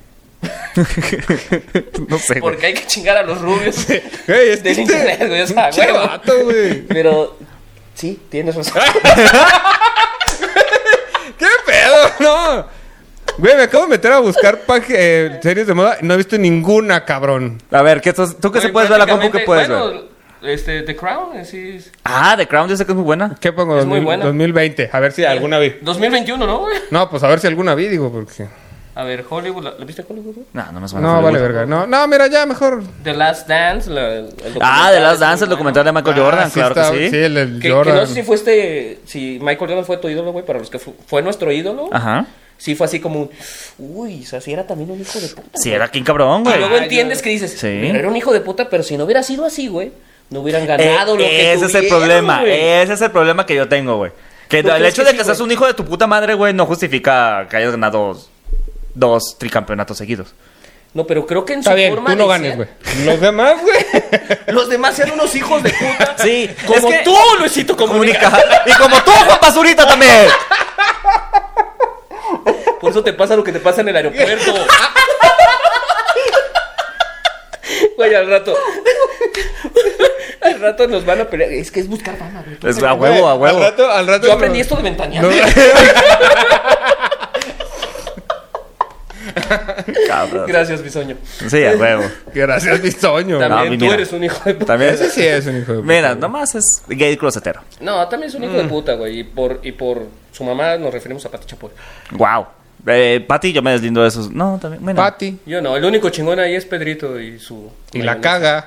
No sé, güey. Porque hay que chingar a los rubios Güey, es que del este- internet, güey. O sea, pinche huevo. vato, güey. Pero sí, tienes razón. ¿Qué pedo? No. Güey, me acabo de meter a buscar pag- eh, series de moda y no he visto ninguna, cabrón. A ver, ¿qué estás- ¿tú qué se Güey, puedes ver la compu que puedes bueno, ver? Este, The Crown, eh, sí. es- Ah, The Crown dice que es muy buena. ¿Qué pongo? Es dos muy mil buena. dos mil veinte. A ver si alguna vi. dos mil veintiuno, ¿no, güey? No, pues a ver si alguna vi, digo, porque... A ver, Hollywood, ¿la, ¿la viste Hollywood, güey? No, no me suena. No, Hollywood. vale, verga. No, no, mira, ya, mejor... The Last Dance, la, el documental. Ah, The Last es Dance, muy el documental de bueno. Michael Jordan, Ah, sí claro está- que sí. Sí, el, el Que, que Jordan. no sé si fue este, si Michael Jordan fue tu ídolo, güey, para los que fu- fue nuestro ídolo. Ajá. Sí fue así como un, uy, o sea, sí era también un hijo de puta. Sí, güey. era King Cabrón, Y güey. luego Ah, entiendes yo- que dices, Sí. pero era un hijo de puta, pero si no hubiera sido así, güey, no hubieran ganado Eh, lo que ese es el tuvieron, problema. güey. Ese es el problema que yo tengo, güey. Que ¿Tú el crees hecho que de sí, que seas güey? un hijo de tu puta madre, güey, no justifica que hayas ganado dos tricampeonatos seguidos. No, pero creo que en Está su bien, forma tú no de ganes, ser, güey. Los demás, güey. los demás eran unos hijos de puta. Sí, como es que- tú, Luisito Comunica. Comunica. Y como tú, Juan Pazurita también. Por eso te pasa lo que te pasa en el aeropuerto. Güey, al rato. Al rato nos van a pelear. Es que es buscar fama, güey. Tú Es te- a huevo, a Al huevo. rato, al rato... Yo aprendí esto de ventanear. No. Cabrón. Gracias, Bisoño. Sí, a huevo. Gracias, bisoño. También No, tú mira. eres un hijo de puta. También. Ese sí es un hijo de puta. Mira, nomás es gay closetero. No, también es un hijo de puta, güey. Y por, y por su mamá nos referimos a Pati Chapoy. Wow. Eh, Pati, yo me deslindo de esos. No, también. Bueno. Pati. Yo no, el único chingón ahí es Pedrito y su. Y la mayonesa. caga.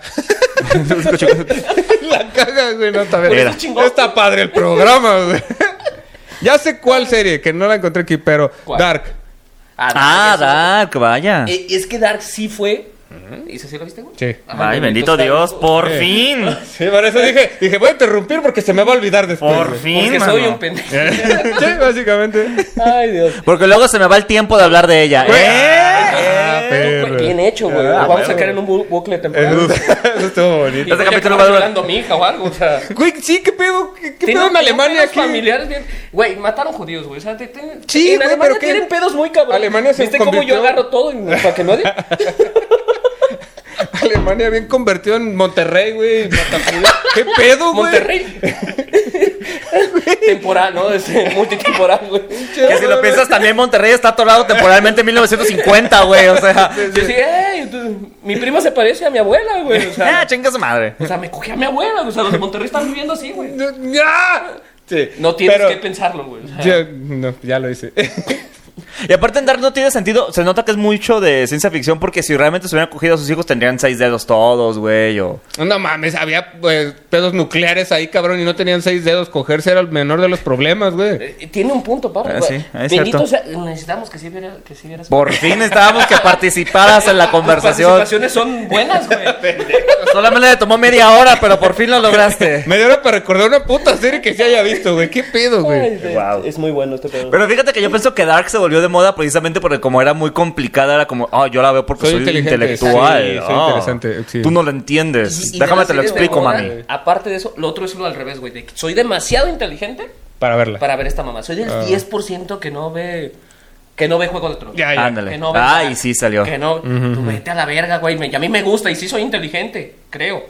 La caga, güey, no está bien. Mira. Está padre el programa, güey. Ya sé cuál serie, que no la encontré aquí, pero ¿Cuál? Dark. Ah, eso- Dark, vaya. Eh, Es que Dark sí fue. ¿Y ese sí lo viste, güey? Sí. Ay, bendito Dios, por Eh. fin. Sí, por eso dije, dije, voy a interrumpir porque se me va a olvidar después. Por güey. fin, Porque mano. soy un pendejo. Sí, básicamente. Ay, Dios. Porque luego se me va el tiempo de hablar de ella. Güey. ¿Eh? Ah, ¿Eh? perro. Güey, bien hecho, güey. Ah, Lo vamos a huevo. sacar en un bu- bucle temporal. Eso, eso estuvo bonito. Y voy a capítulo acabar va a durar- violando a mi hija o algo, o sea. Güey, sí, ¿qué pedo? ¿Qué, qué Tiene- pedo en tiene Alemania pedos aquí? familiares bien. Güey, mataron judíos, güey. O sea, te- te- Sí, en güey, Alemania pero ¿qué? tienen pedos muy cabrón. Alemania se ¿Viste cómo convirtió- yo agarro todo y- para que no diga? Alemania bien convertido en Monterrey, güey. Matapudá. ¿Qué pedo, güey? Monterrey. Temporal, ¿no? Es eh, multitemporal, güey. Que si lo piensas, también Monterrey está atorado temporalmente en mil novecientos cincuenta, güey. O sea, Yo sí, ey, tú- mi prima se parece a mi abuela, güey. O ah, sea, chinga su madre. o sea, me cogí a mi abuela. O sea, los de Monterrey están viviendo así, güey. ¡Ya! Sí, No tienes pero que pensarlo, güey. O sea, yo- no, ya lo hice. Y aparte en Dark no tiene sentido. Se nota que es mucho de ciencia ficción porque si realmente se hubieran cogido a sus hijos tendrían seis dedos todos, güey. O... No mames, había pues, pedos nucleares ahí, cabrón, y no tenían seis dedos. Cogerse era el menor de los problemas, güey. eh, tiene un punto, Pablo. Ah, güey. sí, es Bendito cierto. sea, necesitamos que sí, viera, que sí vieras. Por fin necesitábamos que participaras en la Las conversación. participaciones son buenas, güey. Solamente le tomó media hora, pero por fin lo lograste. Me dio hora para recordar una puta serie que se haya visto, güey. ¿Qué pedo, Ay, güey? de- Wow. Es muy bueno este pedo. Pero fíjate que yo pienso que Dark se volvió de moda precisamente porque como era muy complicada, era como, ah, yo la veo porque Soy soy, inteligente, intelectual. sí, soy Ah, interesante, sí. Tú no lo entiendes. Y- y de Déjame las te lo series de explico, moda, mami. Aparte de eso, lo otro es lo al revés, güey. de que Soy demasiado inteligente Para verla. para ver esta mamá. Soy del Ah. diez por ciento que no ve. Que no ve Juego de Tronos. Ya, ya. Ándale. Que no ve Ay, nada. sí salió. Que no, tú vete a la verga, güey. Me- Y a mí me gusta y sí soy inteligente, creo.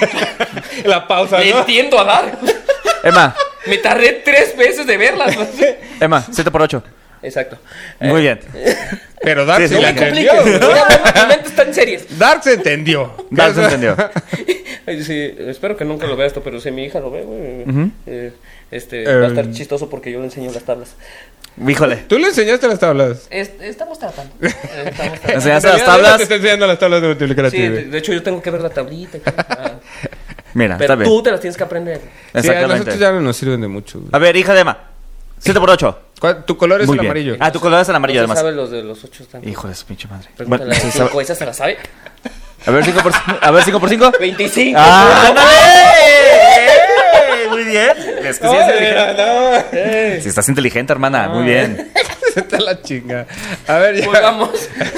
La pausa, Le ¿no? entiendo a dar. Emma, Me tardé tres veces de verlas. Emma, siete por ocho. Exacto. Muy bien. Pero Dark Sí, se sí, la la entendió. Compliques. güey. Ya, mi mente está en series. Dark se entendió. Dark se entendió. Ay, sí, espero que nunca lo vea esto, pero si mi hija lo ve, güey, eh, este, Eh, va a estar chistoso porque yo le enseño las tablas. Híjole. ¿Tú le enseñaste las tablas? Es- estamos tratando. Eh, estamos tratando. ¿Enseñaste las En realidad, tablas? Te está enseñando las tablas de multiplicar a Sí, ti, de, güey. de hecho yo tengo que ver la tablita. y todo. Ah, Mira, está pero bien. tú te las tienes que aprender. Sí, a Exactamente. nosotros ya no nos sirven de mucho. güey. A ver, hija de Emma. siete por ocho. ¿Cuál- Tu color es Muy el bien. amarillo. Ah, tu color es el amarillo, No se además. sabe los de los ocho están. Hijo de su pinche madre. Pregúntale Bueno, a se cinco, sabe- ¿esa se la sabe? A ver, cinco por a ver, cinco por cinco. veinticinco. ¡Ah, ándale! Muy bien. Es que sí, es No, inteligente. mira, no. Si estás inteligente, hermana. Muy bien. Se está la chinga. A ver, ya. Volvamos.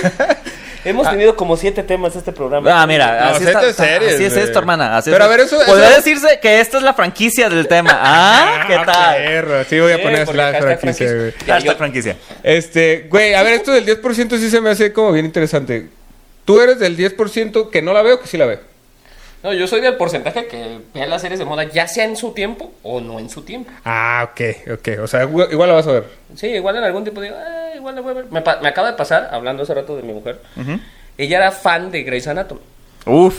Hemos tenido como siete temas este programa. Ah, mira, No, así, siete está, series, así es güey. esto, hermana. Así Pero es. a ver, eso- Podría eso- decirse que esta es la franquicia del tema. Ah, ¿qué Ah, tal? perro. Sí, voy a Sí, poner porque slash hashtag franquicia, güey. franquicia. Hashtag Yo- franquicia. Este, güey, a ver, esto del diez por ciento sí se me hace como bien interesante. ¿Tú eres del diez por ciento que no la veo o que sí la veo? No, yo soy del porcentaje que ve las series de moda, ya sea en su tiempo o no en su tiempo. Ah, ok, ok. O sea, igual igual la vas a ver. Sí, igual en algún tiempo digo, ah, igual la voy a ver. Me, pa- me acaba de pasar, hablando hace rato de mi mujer, ella era fan de Grey's Anatomy. Uf.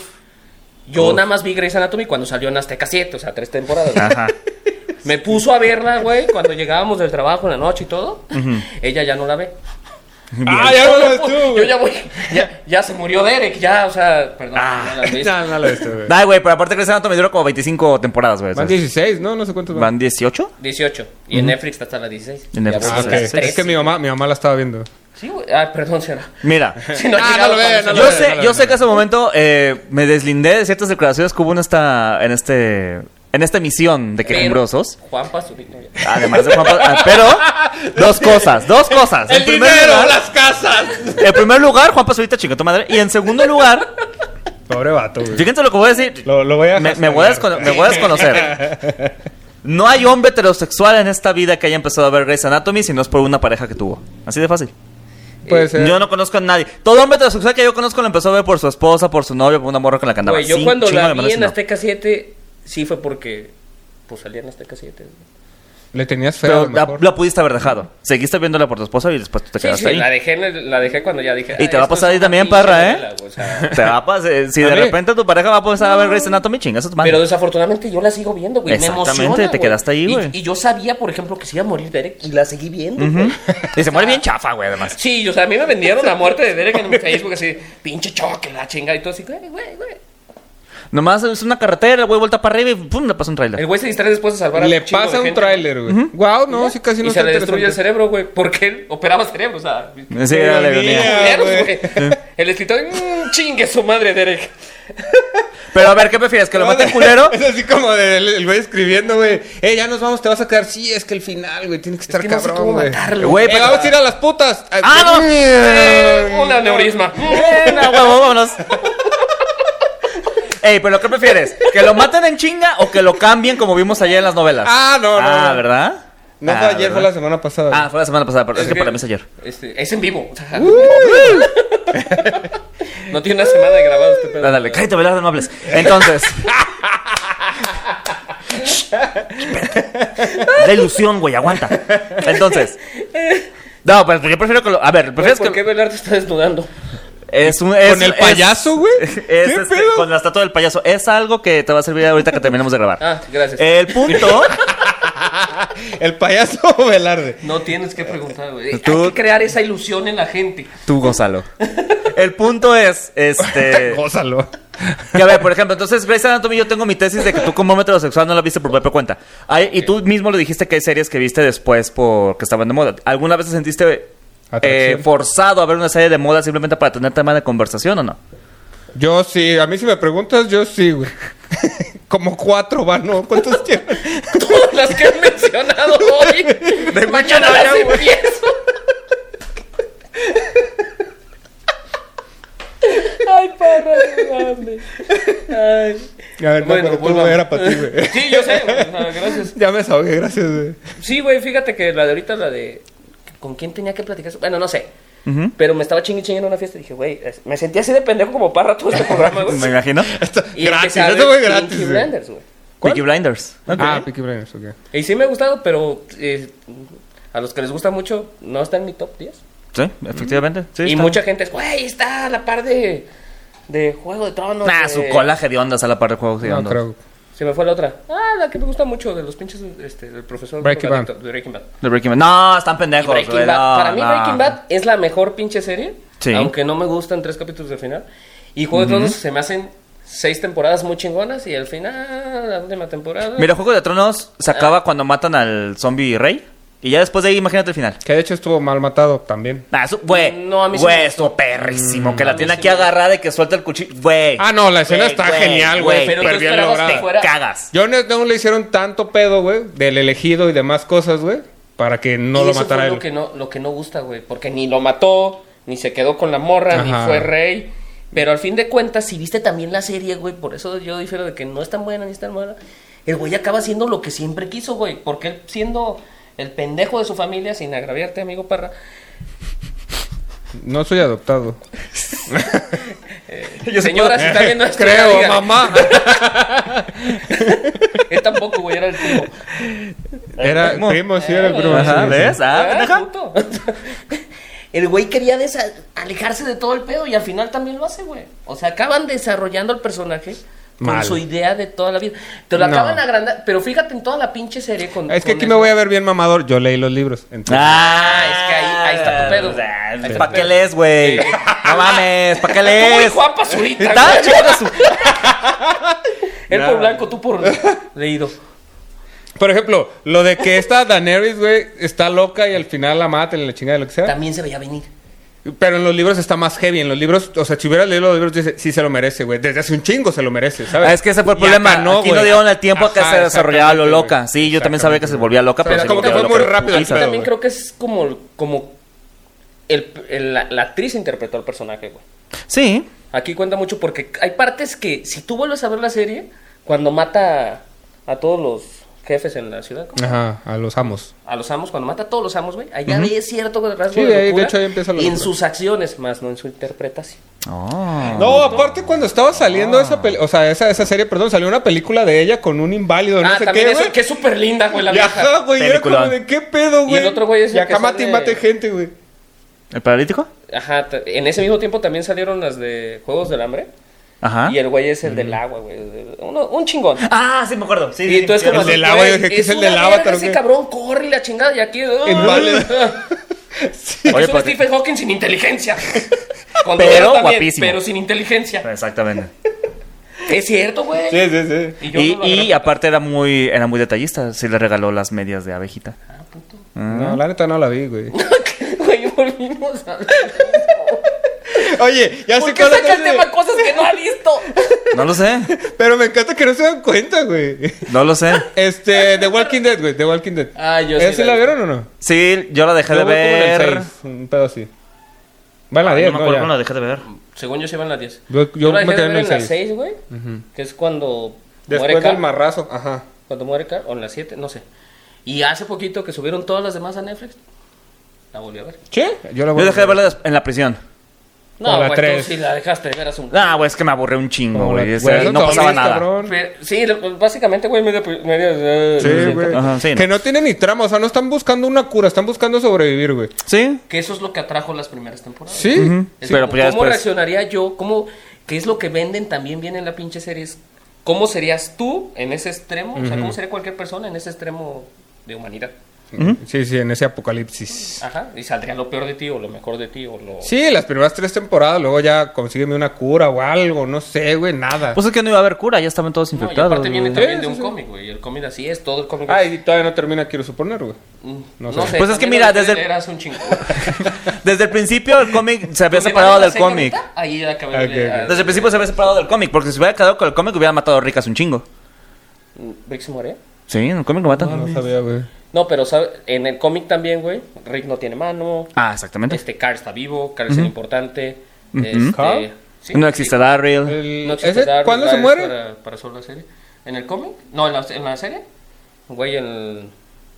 Yo Uf. nada más vi Grey's Anatomy cuando salió en Azteca siete, o sea, tres temporadas. Ajá. Me puso a verla, güey, cuando llegábamos del trabajo en la noche y todo. Ella ya no la ve. Ah, ya no la ves tú, Yo güey. ya voy, ya, ya se murió Derek, ya, o sea, perdón, Ah. no la has visto. No, no la ves tú, güey. Ay, güey, pero aparte Grey's Anatomy duró como veinticinco temporadas, güey. Van ¿sabes? dieciséis, ¿no? No sé cuántos van. ¿Van dieciocho? dieciocho. Y en Netflix está hasta la dieciséis. En Netflix Ya Ah, voy ok. por las Sí, Es tres. que mi mamá, mi mamá la estaba viendo. Sí, güey. Ah, perdón, señora. Mira. Si no ha Ah, llegado no lo ve, cuando no se- lo Yo ve, sé, no lo yo ve, sé no que hace un momento eh, me deslindé de ciertas declaraciones que hubo en esta, en este, en esta emisión de Pero Quejumbrosos. Juan Pazurito. Además de Juan Pablo- ah, pero dos cosas, dos cosas. En primer lugar, las casas. en primer lugar, Juan Pazurita chingó tu madre. Y en segundo lugar, Pobre vato, güey. fíjense lo que voy a decir. Lo, lo voy a Me, me voy a descono- me voy a desconocer. No hay hombre heterosexual en esta vida que haya empezado a ver Grey's Anatomy si no es por una pareja que tuvo. Así de fácil. Puede ser. Yo no conozco a nadie. Todo hombre heterosexual que yo conozco lo empezó a ver por su esposa, por su novio, por una morra con la que andaba. Güey, yo Sí, cuando chingo la de vi manes, en no. Azteca siete, sí fue porque pues salía en Azteca siete. Le tenías feo, a Pero lo la, mejor. la pudiste haber dejado. Seguiste viéndola por tu esposa y después tú te Sí, quedaste sí, ahí. la dejé, en el- la dejé cuando ya dije. Y "Ah, te va a esto pasar es ahí una también, pinche parra, ¿eh? novela, güey", o sea, Te va a pasar. Si A de mí. repente tu pareja va a empezar a ver Grey's Anatomy, chingas a tu madre. Pero desafortunadamente yo la sigo viendo, güey. Me Exactamente, emociona, te güey. quedaste ahí, Y- güey. Y, yo sabía, por ejemplo, que se iba a morir Derek y la seguí viendo, güey. Y se muere bien chafa, güey, además. Sí, o sea, a mí me vendieron la muerte de Derek en mi Facebook así, pinche choque, la chinga y todo así, güey, güey, güey. Nomás es una carretera, el güey vuelta para arriba y pum, le pasa un El trailer. güey se distrae después de salvar a Le un chingo de pasa un gente. tráiler, güey. Wow, no, sí, casi no Y se está le destruye el interesante. cerebro, güey, porque él operaba cerebro, o sea. Sí, era la ironía. ironía. culeros, güey. güey. El escritor, mmm, chingue su madre, Derek. Pero a ver, ¿qué prefieres? ¿Que lo maten culero? Es así como del el güey escribiendo, güey. Eh, ya nos vamos, te vas a quedar. Sí, es que el final, güey, tiene que estar que no sé cabrón, cómo güey. matarlo. Güey, Eh, pero- vamos a ir a las putas. ¡Ah, no! Eh, un aneurisma. Venga, huevo, vámonos. Ey, pero ¿qué prefieres? ¿Que lo maten en chinga o que lo cambien como vimos ayer en las novelas? Ah, no, no. Ah, no. ¿verdad? No Ah, fue ayer, ¿verdad? fue la semana pasada. Ah, fue la semana pasada, pero es, que, para mí es ayer. Este, es en vivo. o sea. No tiene una semana de grabado este pedo. Dale, cállate, velar de nobles. Entonces. La ilusión, güey, aguanta. Entonces. No, pues yo prefiero que lo. A ver, Güey, prefieres ¿por que. qué Velarde está desnudando? Es un, es, ¿Con el es- payaso, güey? Es, ¿Qué este, pedo? con la estatua del payaso. Es algo que te va a servir ahorita que terminemos de grabar. Ah, gracias. El punto. ¿El payaso o Velarde? No tienes que preguntar, güey. Tú- Hay que crear esa ilusión en la gente. Tú, Gonzalo. El punto es, este. Gózalo. Que a ver, por ejemplo, entonces Grey's Anatomy, yo tengo mi tesis de que tú como hombre heterosexual no la viste por propia cuenta. Hay- y tú mismo lo dijiste que hay series que viste después porque estaban de moda. ¿Alguna vez te sentiste eh, Atracción. forzado a ver una serie de moda simplemente para tener tema de conversación o no? Yo sí, a mí si me preguntas, yo sí, güey. Como cuatro van, ¿no? ¿Cuántos tienen? Todas las que he mencionado hoy. De Mañana mucho las vaya, güey. empiezo. Ay, parra, no mames. Ay. A ver, no, Bueno, pero tú, volvamos. güey, era para ti, güey. Sí, yo sé, güey. o sea, gracias. Ya me desahogué, gracias, güey. Sí, güey, fíjate que la de ahorita, la de ¿con quién tenía que platicar? Bueno, no sé. Ujú. Pero me estaba chingui chingui en una fiesta y dije, güey, es- me sentí así de pendejo como Parra todo este programa, güey. Me imagino. Y Gratis, empecé a esto ver fue gratis, Peaky güey. Blinders, güey. ¿Cuál? Peaky Blinders. Ok. Ah, Peaky Blinders, ok. Y sí me ha gustado, pero eh, a los que les gusta mucho, no está en mi top diez. Sí, efectivamente. Sí, y está. mucha gente es, güey, está a la par de, de Juego de Tronos. Nah, de- su colaje de ondas a la par de juegos de No ondas. creo. Se me fue la otra. Ah, la que me gusta mucho de los pinches, este, del profesor Breaking Bad. drogadicto, de Breaking Bad. De Breaking Bad. No, están Y pendejos. Breaking güey, Bad. no, Para mí no. Breaking Bad es la mejor pinche serie. Sí. Aunque no me gustan tres capítulos del final. Y Juego de Tronos se me hacen seis temporadas muy chingonas. Y al final, la última temporada... Mira, Juego de Tronos se acaba cuando matan al zombie rey. Y ya después de ahí, imagínate el final. Que de hecho estuvo mal matado también. Nah, eso, güey. No, a mí sí Güey, me estuvo perrísimo. que a la mí tiene sí aquí me- agarrada y que suelta el cuchillo. Güey. Ah, no, la escena Güey, está güey, genial, güey. pero Súper tú bien esperabas lograda. que fuera- Cagas. Yo no, no le hicieron tanto pedo, güey, del elegido y demás cosas, güey, para que no y lo eso matara fue él. lo que no, lo que no gusta, güey. Porque ni lo mató, ni se quedó con la morra, ni Ajá. fue rey. Pero al fin de cuentas, si viste también la serie, güey, por eso yo difiero de que no es tan buena ni es tan mala. El güey acaba haciendo lo que siempre quiso, güey. Porque él siendo el pendejo de su familia, sin agraviarte, amigo Parra. No soy adoptado. Señora, si está viendo esto, Creo, dígale. mamá. Él tampoco, güey, era el primo. Era el primo, sí, era el primo. Ajá, sí, sí. ¿ves? Ah, Ah, pendeja. puto. El güey quería desa- alejarse de todo el pedo y al final también lo hace, güey. O sea, acaban desarrollando el personaje con Mal. su idea de toda la vida. Te lo No. acaban agrandando. Pero fíjate en toda la pinche serie con. Es que con aquí el- me voy a ver bien mamador. Yo leí los libros. entonces- Ah, es que ahí- ahí está tu pedo. Ahí está tu ¿Para qué pedo. lees, güey? No mames, ¿para qué Tú muy lees? Juan Pazurita, Está güey. chingada su- Él No. por blanco, tú por leído. Por ejemplo, lo de que esta Daenerys, güey, está loca y al final la matan y la chingada, lo que sea. También se veía venir. Pero en los libros está más heavy. En los libros, o sea, si hubieras leído los libros, dice, sí se lo merece, güey. Desde hace un chingo se lo merece, ¿sabes? Ah, es que ese fue el Y problema. acá Aquí no güey. dieron el tiempo a que Ajá, se desarrollara lo exactamente, loca. güey. Sí, yo también sabía que se volvía loca, pero Pero se como que volvía fue loca muy de rápido el putiza. pedo. También güey. creo que es como, como el, el- la, la actriz interpretó al personaje, güey. Sí. Aquí cuenta mucho porque hay partes que, si tú vuelves a ver la serie, cuando mata a todos los jefes en la ciudad, ¿cómo? Ajá, a los amos. A los amos, cuando mata a todos los amos, güey, allá ves cierto rasgo Sí, de de ahí- de locura hecho, ahí empieza la en locura. sus acciones, más no en su interpretación. Oh. No, aparte cuando estaba saliendo esa peli- o sea, esa, esa serie, perdón, salió una película de ella con un inválido, no ah, sé también qué, eso, güey. que es súper linda, güey, la Y vieja. ajá, güey, era Peliculón. como de qué pedo, güey. el otro güey es Y el que acá mate y sale- mate gente, güey. ¿El paralítico? Ajá, t- en ese mismo tiempo también salieron las de Juegos del Hambre. Ajá. Y el güey es el del agua, güey. Uno- un chingón. Ah, sí, me acuerdo. Sí, Y sí, entonces sí, como el así, del agua, güey, yo dije, ¿qué es el una del verga avatar o ese qué? cabrón corre y la chingada y aquí... uh, Inválido. Aquí Oye, es un pero- Stephen Hawking sin inteligencia. Cuando Pero era también, guapísimo. pero sin inteligencia. Exactamente. Es cierto, güey. Sí, sí, sí. Y, yo Y, no lo y agarré. aparte era muy, era muy detallista. Sí le regaló las medias de abejita. Ah, puto. No, la neta no la vi, güey. Güey, volvimos a... Oye, ya ¿Por sé qué cosas saca el tema cosas que no ha visto? No lo sé. Pero me encanta que no se dan cuenta, güey. No lo sé. Este, The Walking Dead, güey, The Walking Dead. Ah, yo sí ¿Esa la la vi. vieron o no? Sí, yo la dejé Yo de voy como en el ver. seis, un pedo así. Va en la Ay, diez, no me ¿no? acuerdo Ya. cuándo la dejé de ver. Según yo se iban las diez. Yo- yo la me dejé quedé de en ver el en las seis. seis, güey. Que es cuando Después muere del Carl. marrazo, ajá. Cuando muere Carl. O en las siete, no sé. Y hace poquito que subieron todas las demás a Netflix. La volví a ver. ¿Qué? Yo la voy Yo a dejé de ver. verla des- en la prisión. No, la güey, tres. tú si la dejaste de ver hace un... Ah, güey, es que me aburré un chingo, Como la- güey. Ese- güey, son No pasaba zombies, nada. cabrón. Pero- sí, lo- básicamente, güey, media... media Sí, güey. Ajá, sí, Que no. no tiene ni trama, o sea, no están buscando una cura, están buscando sobrevivir, güey. Sí. Que eso es lo que atrajo las primeras temporadas. Sí. Ujú. Es Pero como, pues ya ¿cómo después. reaccionaría yo? ¿Cómo, ¿Qué es lo que venden también bien en la pinche serie? Es, ¿cómo serías tú en ese extremo? O sea, ¿cómo sería cualquier persona en ese extremo de humanidad? Sí, sí, en ese apocalipsis. Ajá, y saldría lo peor de ti o lo mejor de ti o lo... Sí, las primeras tres temporadas, luego ya consígueme una cura o algo, no sé, güey, nada. Pues es que no iba a haber cura, ya estaban todos No, y infectados. aparte viene güey. también Sí, de un sí, sí. cómic, güey. Y el cómic así es, todo el cómic Ah, es... y todavía no termina, quiero suponer, güey. Mm, no no sé. sé. Pues es que también mira, lo que desde el- eras un chingo. Desde el principio el cómic se había Donde separado vale la del serie cómic. ahorita, Ahí acabé Ok, de... ok. a- Desde el principio se había separado del cómic, porque si se hubiera quedado con el cómic hubiera matado a Ricas un chingo. ¿Rick se muere? Sí, en el cómic lo matan. No sabía, güey. No, pero ¿sabe? En el cómic también, güey, Rick no tiene mano. Ah, exactamente. Este, Carl está vivo, Carl es el importante. Ujú. Este, ¿Carl? sí, No existe sí. Daryl. El- No existe ¿ese- Daryl, ¿Cuándo se Daryl muere? Para, para solo la serie. ¿En el cómic? No, en la, en la serie. Güey, el...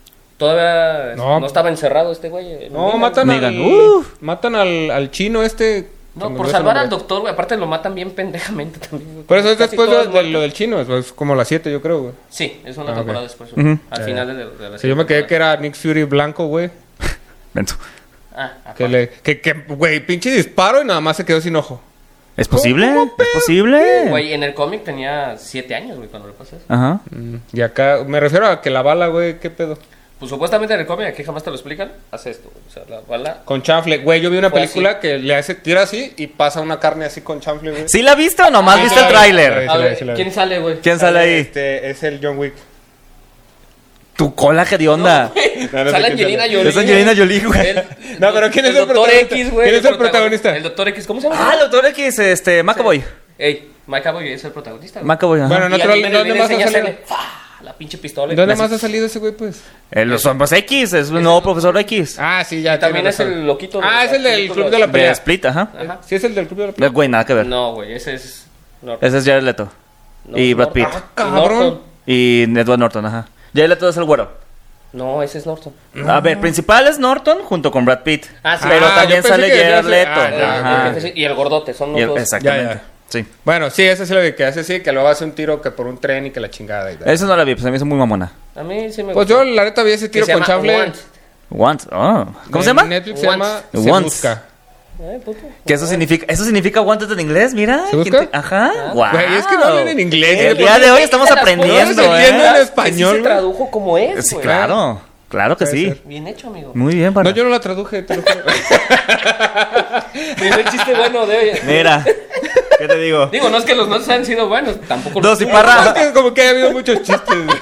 Todavía No. no, estaba encerrado este güey. No, Negan. matan Negan, al... uf. Matan al, al chino este... No, se me por olvidó su salvar al nombre. doctor, güey. Aparte lo matan bien pendejamente también. güey. Por eso es Casi después de, todos de muertos. lo del chino, es como las siete yo creo, güey. Sí, es una Ah, temporada ok. después. Ujú. Al Ya, final ya. de, de la Sí, yo me quedé que temporada. era Nick Fury blanco, güey. Menso. Ah, Que aparte. le... Que, que, güey, pinche disparo y nada más se quedó sin ojo. ¿Es posible? ¿Cómo, ¿Es posible? Güey, en el cómic tenía siete años, güey, cuando le pasó eso. Ajá. Mm, Y acá... Me refiero a que la bala, güey, ¿qué pedo? Pues supuestamente en el cómic, aquí jamás te lo explican, hace esto, güey. O sea, la bala... Con chanfle. Güey, yo vi una Fue película así. que le hace... Tira así y pasa una carne así con chanfle, güey. ¿Sí la viste o nomás Ah, viste el sí, tráiler? sí, A la vi, ver, sí la vi. ¿quién sale, güey? ¿Quién sale ahí? Este, es el John Wick. Tu cola, ¿qué de onda? No, no sé Sale quién Angelina sale. Jolie. Es Angelina Jolie, güey. El- No, pero ¿quién es el doctor protagonista? X, güey. ¿Quién es el protagonista? El doctor X, ¿cómo se llama? Ah, el doctor X, este, Macaboy. Ey, Mike Cowboy es el protagonista. güey. Macaboy, ajá. Bueno, Y natural, al nivel ¿dónde le más ha enseña a salido? hacerle, ¡fa! La pinche pistola. ¿Dónde y más ha salido ese güey, pues? Eh, los hombres X, es un nuevo profesor X. Ah, sí, ya. También tiene es razón. el loquito. de Ah, la es el del película. Club de la De Pelea. Split, ajá. Ajá. Sí, es el del Club de la Eh, Pelea. Güey, nada que ver. No, güey, ese es... Norton. Ese es Jared Leto. No, y Brad Norton. Pitt. Ah, cabrón. Norton. Y Edward Norton, ajá. Jared Leto es el güero. No, ese es Norton. A ver, principal es Norton junto con Brad Pitt. Ah, sí. Pero Ah, también yo pensé sale que decías- Jared Leto. ah, ya, Ajá. ok, Y el gordote, son los Y el- dos. exactamente. Ya, ya. Sí. Bueno, sí, ese sí lo vi, que hace sí, que luego hace un tiro que por un tren y que la chingada y tal. Eso no la vi, pues a mí es muy mamona. A mí sí me Pues gustó. yo, la neta, vi ese Que tiro se con llama chanfle. Want. Once. Oh. ¿Cómo En se llama? Netflix se Once. llama Se Once. Busca. Eh, puto. Que eso significa, eso significa wanted en inglés, mira. ¿Se ¿Quién busca? te- Ajá. Wow. Güey, es que no hablan en inglés, El güey. día de hoy estamos Las aprendiendo, cosas se entienden ¿eh? en español, Que sí se güey. tradujo como es, Sí, güey. claro. Claro que Puede sí. ser. Bien hecho, amigo. Muy bien, para. No, yo no la traduje, te lo juro. Primer chiste bueno de... Mira. ¿Qué te digo? Digo, no es que los notes han sido buenos, tampoco No, los si tuyos. Parra- Es que como que ha habido muchos chistes. güey.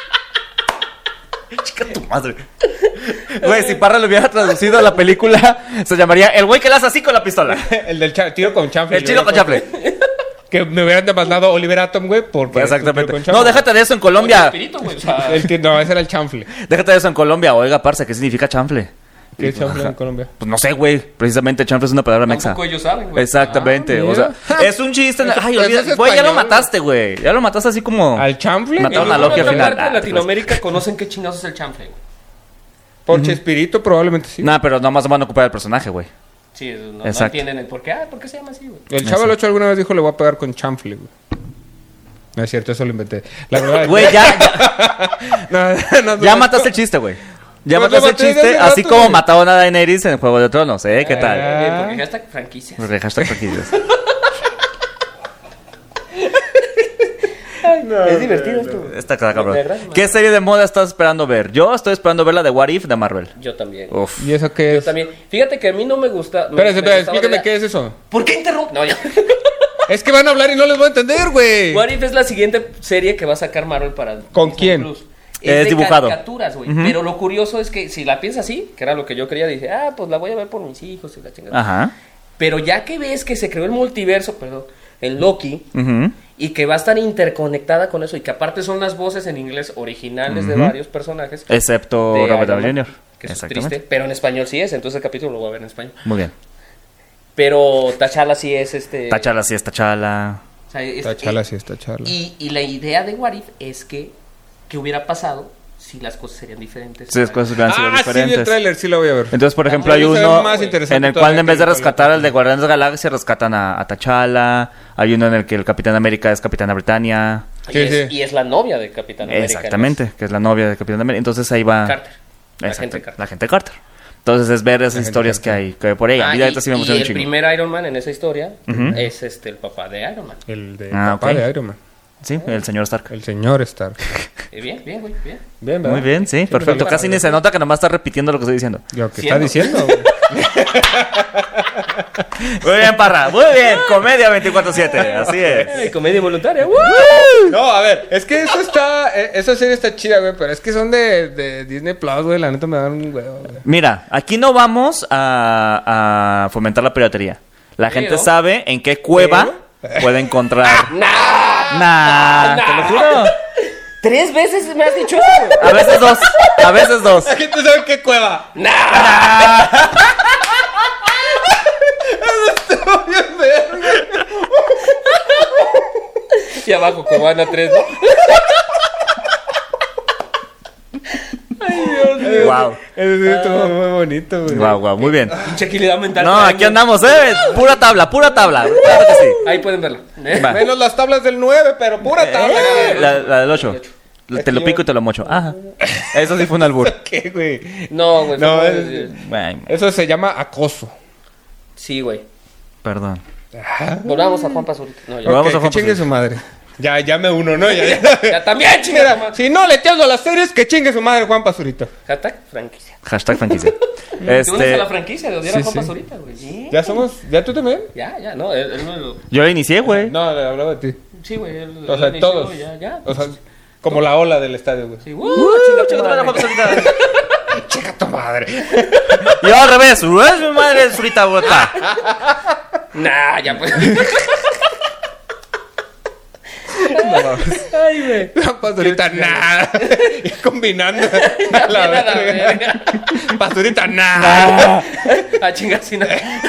Chica tu madre. Güey, si Parra lo hubiera traducido a la película, se llamaría El güey que la hace así con la pistola. El del cha- tiro con chanfle. El chilo con chafle. Que me hubieran demandado Oliver Atom, güey, porque... Exactamente. tiro con No, chanfle. déjate de eso en Con Colombia. espíritu, güey, o sea, El que, no, ese era el chanfle. Déjate de eso en Colombia. Oiga, parce, ¿qué significa chanfle? ¿Qué es chanfle en Colombia? Pues no sé, güey. Precisamente chanfle es una palabra mexa. tampoco ellos saben, güey. Exactamente. Ah, o sea, mira. es un chiste. Eso- Ay, eso olvida. es Güey, ya lo español. mataste, güey. Ya lo mataste así como. ¿Al chanfle? En Mataron a alguna Loki al otra final. parte Ah, de pues. Latinoamérica conocen qué chingados es el chanfle, güey. Por Chespirito probablemente sí. Nah, pero nomás van a ocupar el personaje, güey. Sí, no, no Exacto. entienden el por qué. Ah, ¿por qué se llama así, güey? El Chavo el ocho alguna vez dijo, le voy a pegar con chanfle, güey. No es cierto, eso lo inventé. La verdad... Güey, ya, ya, no, no, no, ya no. mataste el chiste, güey. Ya Pues lo mataste el maté desde chiste, hace así rato, como güey. mataron a Daenerys en Juego de Tronos, ¿eh? ¿Qué tal? Ah. Eh, Porque hashtag franquicias. Porque hashtag franquicias. Es divertido esto, güey. Está cada cabrón. De verdad, ¿Qué serie de moda estás esperando ver? Yo estoy esperando ver la de What If de Marvel. Yo también. Uf. ¿Y eso qué Yo es? también. Fíjate que a mí no me gusta. me- Espérate, me espérate, gustaba explícame de- qué es eso. ¿Por qué interrumpo? No, ya. Es que van a hablar y no les voy a entender, güey. What If es la siguiente serie que va a sacar Marvel para ¿Con Disney quién? Plus. Es Es de dibujado. caricaturas, güey. Pero lo curioso es que si la piensas así, que era lo que yo quería, dije, ah, pues la voy a ver por mis hijos y la chingada. Ajá. Pero ya que ves que se creó el multiverso, perdón, el Loki, Ujú. y que va a estar interconectada con eso, y que aparte son las voces en inglés originales de Ujú. varios personajes. Excepto de Robert Iron Downey Man, junior Que es Exactamente. triste, pero en español sí es, entonces el capítulo lo voy a ver en español. Muy bien. Pero T'Challa sí es este... Tachala sí es Tachala. o sea, es- Está chala, es- sí, está chala. Y, y la idea de What If es que, que hubiera pasado si las cosas serían diferentes. Sí, las cosas hubieran sido Ah, sí, vi el diferentes. tráiler, sí lo voy a ver. Entonces, por ejemplo, hay Vamos a ver uno más interesante en el todavía cual en que vez de el rescatar Pablo. al de Guardianes de la Galaxia, rescatan a, a T'Challa. Hay uno en el que el Capitán América es Capitana Britannia. Y, Sí, es, sí. y es la novia de Capitán América. Exactamente, que es la novia de Capitán América. Entonces ahí va... Carter. La Exacto, gente Carter. la gente Carter. Entonces es ver esas gente historias que Carter. hay, que hay por ahí. A Ah, mí y, la neta sí me y emociona un el chingo. primer Iron Man en esa historia Ujú. es este el papá de Iron Man. El de Ah, papá ok. de Iron Man. Sí, el señor Stark. El señor Stark. Eh, bien, bien, güey, bien. Bien, ¿verdad? Muy bien, sí, perfecto. me Casi ni parece. se nota que nomás está repitiendo lo que estoy diciendo. Lo que Siendo. está diciendo, güey. Muy bien, Parra. Muy bien. Comedia veinticuatro siete. Así es. Ay, comedia voluntaria. ¡uh! No, a ver, es que eso está... eh, Esa serie está chida, güey, pero es que son de, de Disney Plus, güey. La neta me dan un huevo, güey. Mira, aquí no vamos a, a fomentar la piratería. La gente Pero- sabe en qué cueva puede encontrar. Nah, te lo juro. Tres veces me has dicho eso, güey. A veces dos. A veces dos. La gente sabe en qué cueva. Bien verga. Y abajo, Cubana tres, ¿no? Ay, Dios mío. Wow. Eso sí estuvo muy bonito, güey. Wow, wow, muy bien. Pinche agilidad mental. No, aquí andamos, eh. Pura tabla, pura tabla. Claro que sí. Ahí pueden verlo. Va. Menos las tablas del nueve, pero pura tabla. Eh, La, la del ocho. Te lo pico y te lo mocho. Ajá. Eso sí fue un albur. ¿Qué, güey? No, güey. No, fue- es- Bueno, Eso se llama acoso. Sí, güey. perdón. Volvamos a Juan Pazurita. No, ya. Pero vamos Ok, a Juan que chingue Pazurita. su madre. Ya, ya me uno, ¿no? Ya, ya. Ya también, chinga. Mira, tu madre. si no le entiendo a las series, que chingue su madre Juan Pazurito. Hashtag franquicia. Hashtag franquicia. Te unes a Este, la franquicia de odiar sí, a Juan sí. Pazurita, güey. Sí. ¿Ya somos? ¿Ya tú también? Ya, ya, no. Él, él no lo... yo la inicié, güey. No, le hablaba de ti. Sí, güey. Él, O él sea, inició, todos. Ya, ya. O sea, como la ola del estadio, güey. Sí, uh, chinga, chinga tu madre, Juan Pazurita. Chica tu madre. Yo al revés. Es mi madre frita bota. Nah, ya pues. Ay, güey. Juan Pazurita, nada. Y combinando. A la Nada, verga. verga. Pazurita, nada. Ah, chinga, si no.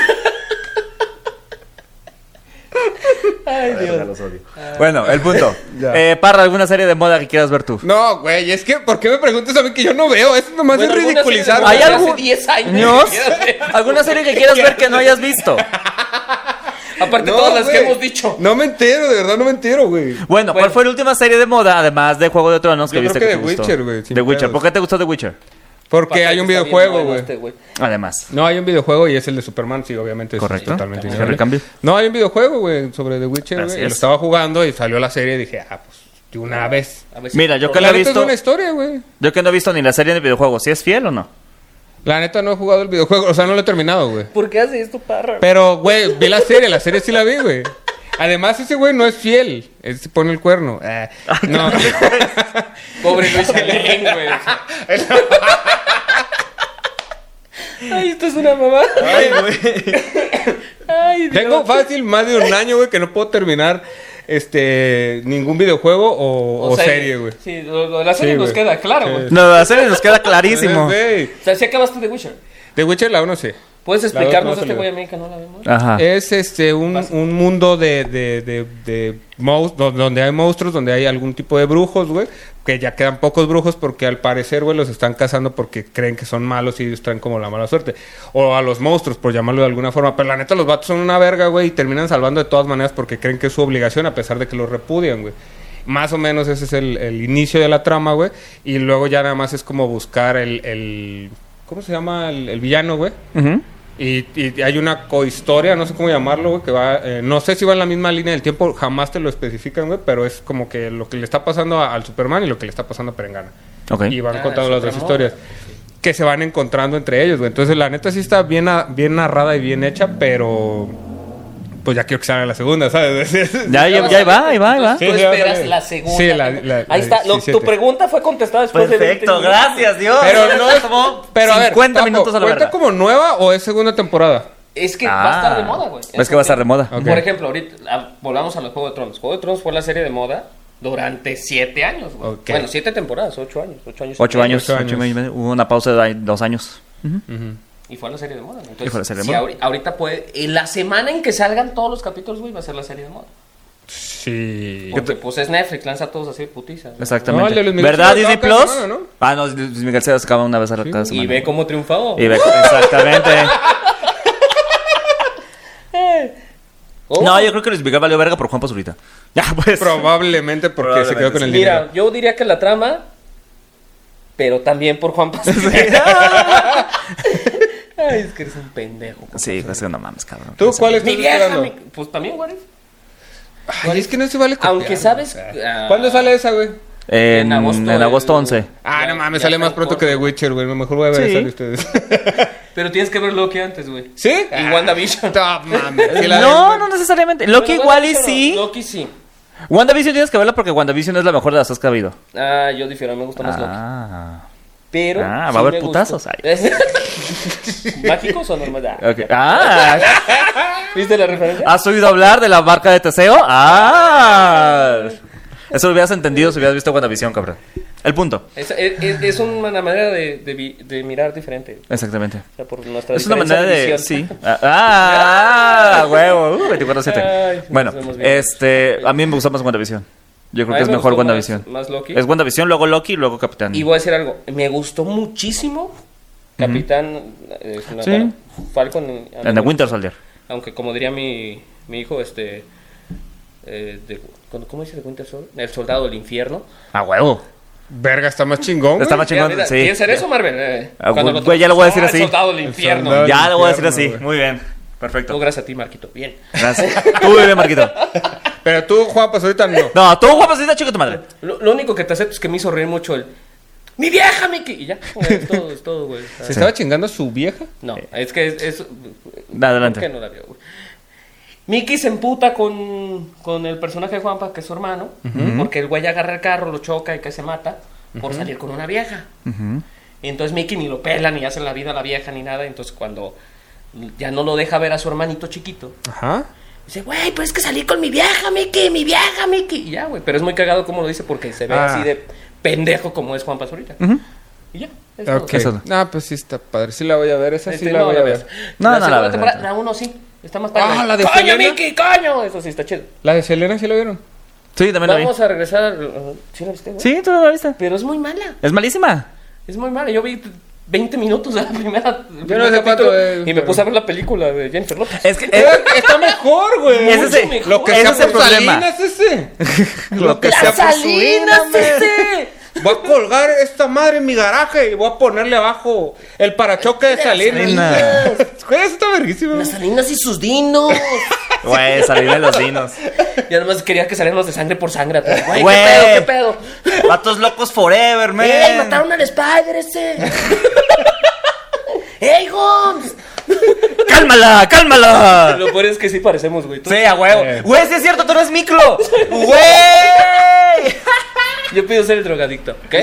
Ay, Dios. Bueno, el punto. Ya. Eh, Parra, ¿alguna serie de moda que quieras ver tú? No, güey, es que, ¿por qué me preguntas a mí que yo no veo? Eso nomás Bueno, es alguna ridiculizar. serie de ¿Hay moda de algún- hace diez años? ¿Ños? que quieras ver? ¿Alguna serie que quieras ver que no hayas visto? Aparte, No, todas las güey. que hemos dicho. No me entero, de verdad no me entero, güey. Bueno, ¿cuál Bueno. fue la última serie de moda, además de Juego de Tronos, que Yo viste creo que, que te The gustó? Witcher, güey, sin The Witcher. pedos. ¿Por qué te gustó The Witcher? Porque hay un Está bien videojuego, bueno güey. este, güey. Además. No, hay un videojuego y es el de Superman, sí, obviamente. eso es Correcto. totalmente Henry innegable. Cavill. No, hay un videojuego, güey, sobre The Witcher, Así güey. y Lo es. estaba jugando y salió la serie y dije, ah, pues, de una vez. A ver si- Mira, yo que La la he neta es visto, una historia, güey. yo que no he visto ni la serie ni el videojuego, ¿sí es fiel o no? La neta no he jugado el videojuego, o sea, no lo he terminado, güey. ¿Por qué hace esto, Parra? Pero, güey, vi la serie, la serie sí la vi, güey. Además, ese güey no es fiel. Él se pone el cuerno. Ah, no. Pobre Luis Helén, güey. o sea. Ay, esto es una mamá. Ay, güey. Ay, Dios. Tengo fácil más de un año, güey, que no puedo terminar este ningún videojuego o, o serie, güey. Sí, lo, lo de la serie Sí, nos güey. queda claro, Sí. güey. No, la serie nos queda clarísimo. Güey. O sea, si acabaste de Witcher. The Witcher la uno sí. ¿Puedes La dos explicarnos no este salió. güey a mí que no la vemos? Ajá. Es este un, un mundo de, de, de, de mous- do- donde hay monstruos, donde hay algún tipo de brujos, güey. Que ya quedan pocos brujos porque al parecer, güey, los están cazando porque creen que son malos y ellos traen como la mala suerte. O a los monstruos, por llamarlo de alguna forma. Pero la neta, los vatos son una verga, güey, y terminan salvando de todas maneras porque creen que es su obligación a pesar de que los repudian, güey. Más o menos ese es el, el inicio de la trama, güey. Y luego ya nada más es como buscar el... el ¿cómo se llama? El, el villano, güey. Ujú. Y, y hay una cohistoria, no sé cómo llamarlo, güey, que va... eh, no sé si va en la misma línea del tiempo, jamás te lo especifican, güey, pero es como que lo que le está pasando a- al Superman y lo que le está pasando a Perengana. Ok. Y van Ah, contando las dos Superman. historias que se van encontrando entre ellos, güey. Entonces, la neta sí está bien, na- bien narrada y bien hecha, pero... Pues ya quiero que salga la segunda, ¿sabes? Ya, ya, ya ahí va, ahí va, ahí va. Tú Sí, sí, va a esperas salir. la segunda. Sí, la- la- Ahí está. la Lo- diecisiete. tu pregunta fue contestada después de veinte Perfecto, minutos. gracias Dios. Pero no es... Tomó Pero a ver, cincuenta Paco, minutos a la ¿cuenta verga. como nueva o es segunda temporada? Es que Ah. va a estar de moda, güey. Es que va a estar de moda. Ok. Por ejemplo, ahorita ah, volvamos a los Juego de Tronos. Juego de Tronos fue la serie de moda durante siete años, güey. Ok. Bueno, siete temporadas, ocho años. Ocho años. Ocho y medio. años, Ocho ocho años. y medio. Hubo una pausa de dos años. Ujú. Y fue la serie de moda. Entonces, Y fue la serie de si moda. ahori- ahorita puede... En la semana en que salgan todos los capítulos, güey, va a ser la serie de moda. Sí. Porque pues es Netflix, lanza todos así putizas. ¿no? Exactamente. No, el de Luis Miguel ¿Verdad, se lo Disney acaba cada Plus? semana, ¿no? Ah, no, Luis Miguel se acaba una vez a la cada semana. Y ve cómo triunfó. Y ve- exactamente. Oh. No, yo creo que Luis Miguel valió verga por Juan Pazurita. Ya, pues. Probablemente porque se quedó con el Mira, dinero. yo diría que la trama, pero también por Juan Pazurita. Ay, es que eres un pendejo. Sí, pues que no mames, cabrón. ¿Tú cuál estás Mi vieja, esperando? mi- pues también, güey. Ay, es que no se vale copiar, Aunque sabes... güey. ah, ¿Cuándo sale esa, güey? En, En agosto en agosto del- once. Ah, Ya- no mames, ya sale está más en pronto corto. que The Witcher, güey. Mejor voy a ver Sí. esa de ustedes. Pero tienes que ver Loki antes, güey. ¿Sí? Y WandaVision. No mames. sí la No, ves, no necesariamente. Loki Bueno, igual y WandaVision no, sí. Loki sí. WandaVision tienes que verla porque WandaVision es la mejor de las que ha habido. Ah, yo difiero, me gusta más Loki. Ah. Pero... Ah, sí va a haber me putazos gustó. ¿Mágicos o normales? Ah, Ok. Ah. ¿Viste la referencia? ¿Has oído hablar de la marca de Teseo? Ah. Eso lo hubieras entendido si hubieras visto WandaVision, cabrón. El punto. Es, es, es una manera de, de, vi- de mirar diferente. Exactamente. O sea, por nuestra Es una diferencia manera de... visión. Sí. Ah, ah, huevo. Uh, veinticuatro siete. Ay, nos Bueno, vemos bien. este... A mí me gustó más WandaVision. Yo creo A que mí es me mejor gustó WandaVision. Más, más Loki. Es WandaVision, luego Loki, luego Capitán. Y voy a decir algo. Me gustó muchísimo Capitán eh, Sí. Nathan- Falcon. eh, a mí En me The Winter gustó. Soldier. Aunque como diría mi, mi hijo, este... Eh, de, ¿cómo dice The Winter Soldier? El soldado del infierno. A huevo. Verga, está más chingón, güey. Está más chingón, Mira, mira, sí. ¿Quieres ser eso, Marvel? Eh, Ah, cuando güey, lo güey, ya lo voy a decir Ah, así. El soldado del infierno. soldado- Ya lo voy a decir así. infierno, Muy bien. Todo Perfecto. gracias a ti, Marquito. Bien. Gracias. Tú muy bien, Marquito. Pero tú, Juan, pues ahorita no. No, tú, guapacita, chica tu madre. Lo, lo único que te acepto es que me hizo reír mucho el... ¡Mi vieja, Mickey! Y ya. Es todo, es todo, güey. O sea, ¿Se estaba chingando a su vieja? No, es que es... es Adelante. ¿Por qué no la vio, güey? Mickey se emputa con, con el personaje de Juanpa, que es su hermano, porque el güey agarra el carro, lo choca y que se mata por salir con una vieja. Ujú. Y entonces Mickey ni lo pela, ni hace la vida a la vieja, ni nada. Entonces cuando ya no lo deja ver a su hermanito chiquito, Ajá. dice, güey, pues es que salí con mi vieja, Mickey, mi vieja, Mickey. Y ya, güey. Pero es muy cagado como lo dice porque se ve Ah. así de pendejo como es Juan Pazurita. Ujú. Y ya. es todo. Ok. Eso. Ah, pues sí está padre. Sí la voy a ver. Esa sí Este, la no, voy la a ves. ver. No, la no, la segunda ves, temporada, la la uno sí. Está más padre. Ah, la de ¡Coño, Selena. Mickey, coño! Eso sí está chido. ¿La de Selena sí la vieron? Sí, también la vi. Vamos a regresar. uh, ¿Sí la viste, güey? Sí, tú la viste. Pero es muy mala. Es malísima. Es muy mala. Yo vi veinte minutos de la primera. el Yo primer no sé capítulo cuánto es, Y me pero- puse a ver la película de Jennifer Lopez. Es que... Eh, Está mejor, güey. Ese es el- mejor. Lo que ese sea es el por problema. Salinas ese. Lo que ¡Las sea por Salinas, su vida, ese! Voy a colgar esta madre en mi garaje y voy a ponerle abajo el parachoque de Salinas. Salinas. Güey, eso está verguísimo. Las Salinas y sus dinos. Güey, salir de los dinos. Y además quería que salieran los de sangre por sangre atrás. Güey, Güey. ¿qué pedo? ¿Qué pedo? Vatos locos forever, man. ¡Ey, mataron al Spider ese! ¡Ey, Holmes! ¡Cálmala, cálmala! Lo peor es que sí parecemos, güey. Tú- Sí, a huevo. Eh. Güey, sí es cierto, tú eres micro. Güey. Yo pido ser el drogadicto, ¿ok?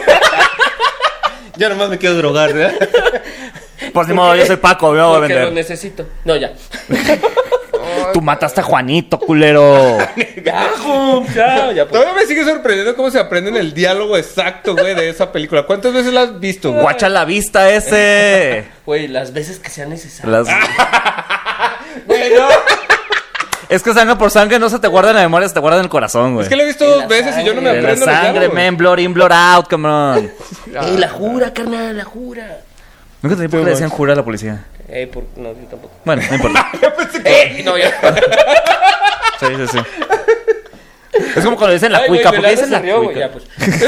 Ya nomás me quiero drogar, ¿verdad? Pues ni modo, yo soy Paco, yo voy a Porque lo vender. necesito. No, ya. Tú mataste a Juanito, culero. Ya, Holmes, ya, ya. pues. Todavía me sigue sorprendiendo cómo se aprenden el diálogo exacto, güey, de esa película. ¿Cuántas veces la has visto, güey? Guacha la vista ese. Güey, las veces que sean necesarias. Las- Bueno, Es que sangre por sangre no se te guarda en la memoria, se te guarda en el corazón, güey. es que lo he visto En dos la veces y yo no me sangre. En la aprendo los sangre, diálogos. man, blood in, blood out, cabrón. Ey, la jura, carnal, la jura. Nunca te di por qué le decían jura a la policía. Ey, por... No, yo tampoco. Bueno, no importa. Ey, no, ya. Sí, sí, sí. Es como cuando le dicen la Ay, güey, cuica. ¿Por qué Belardo dicen se la rió, güey, cuica? ya, pues.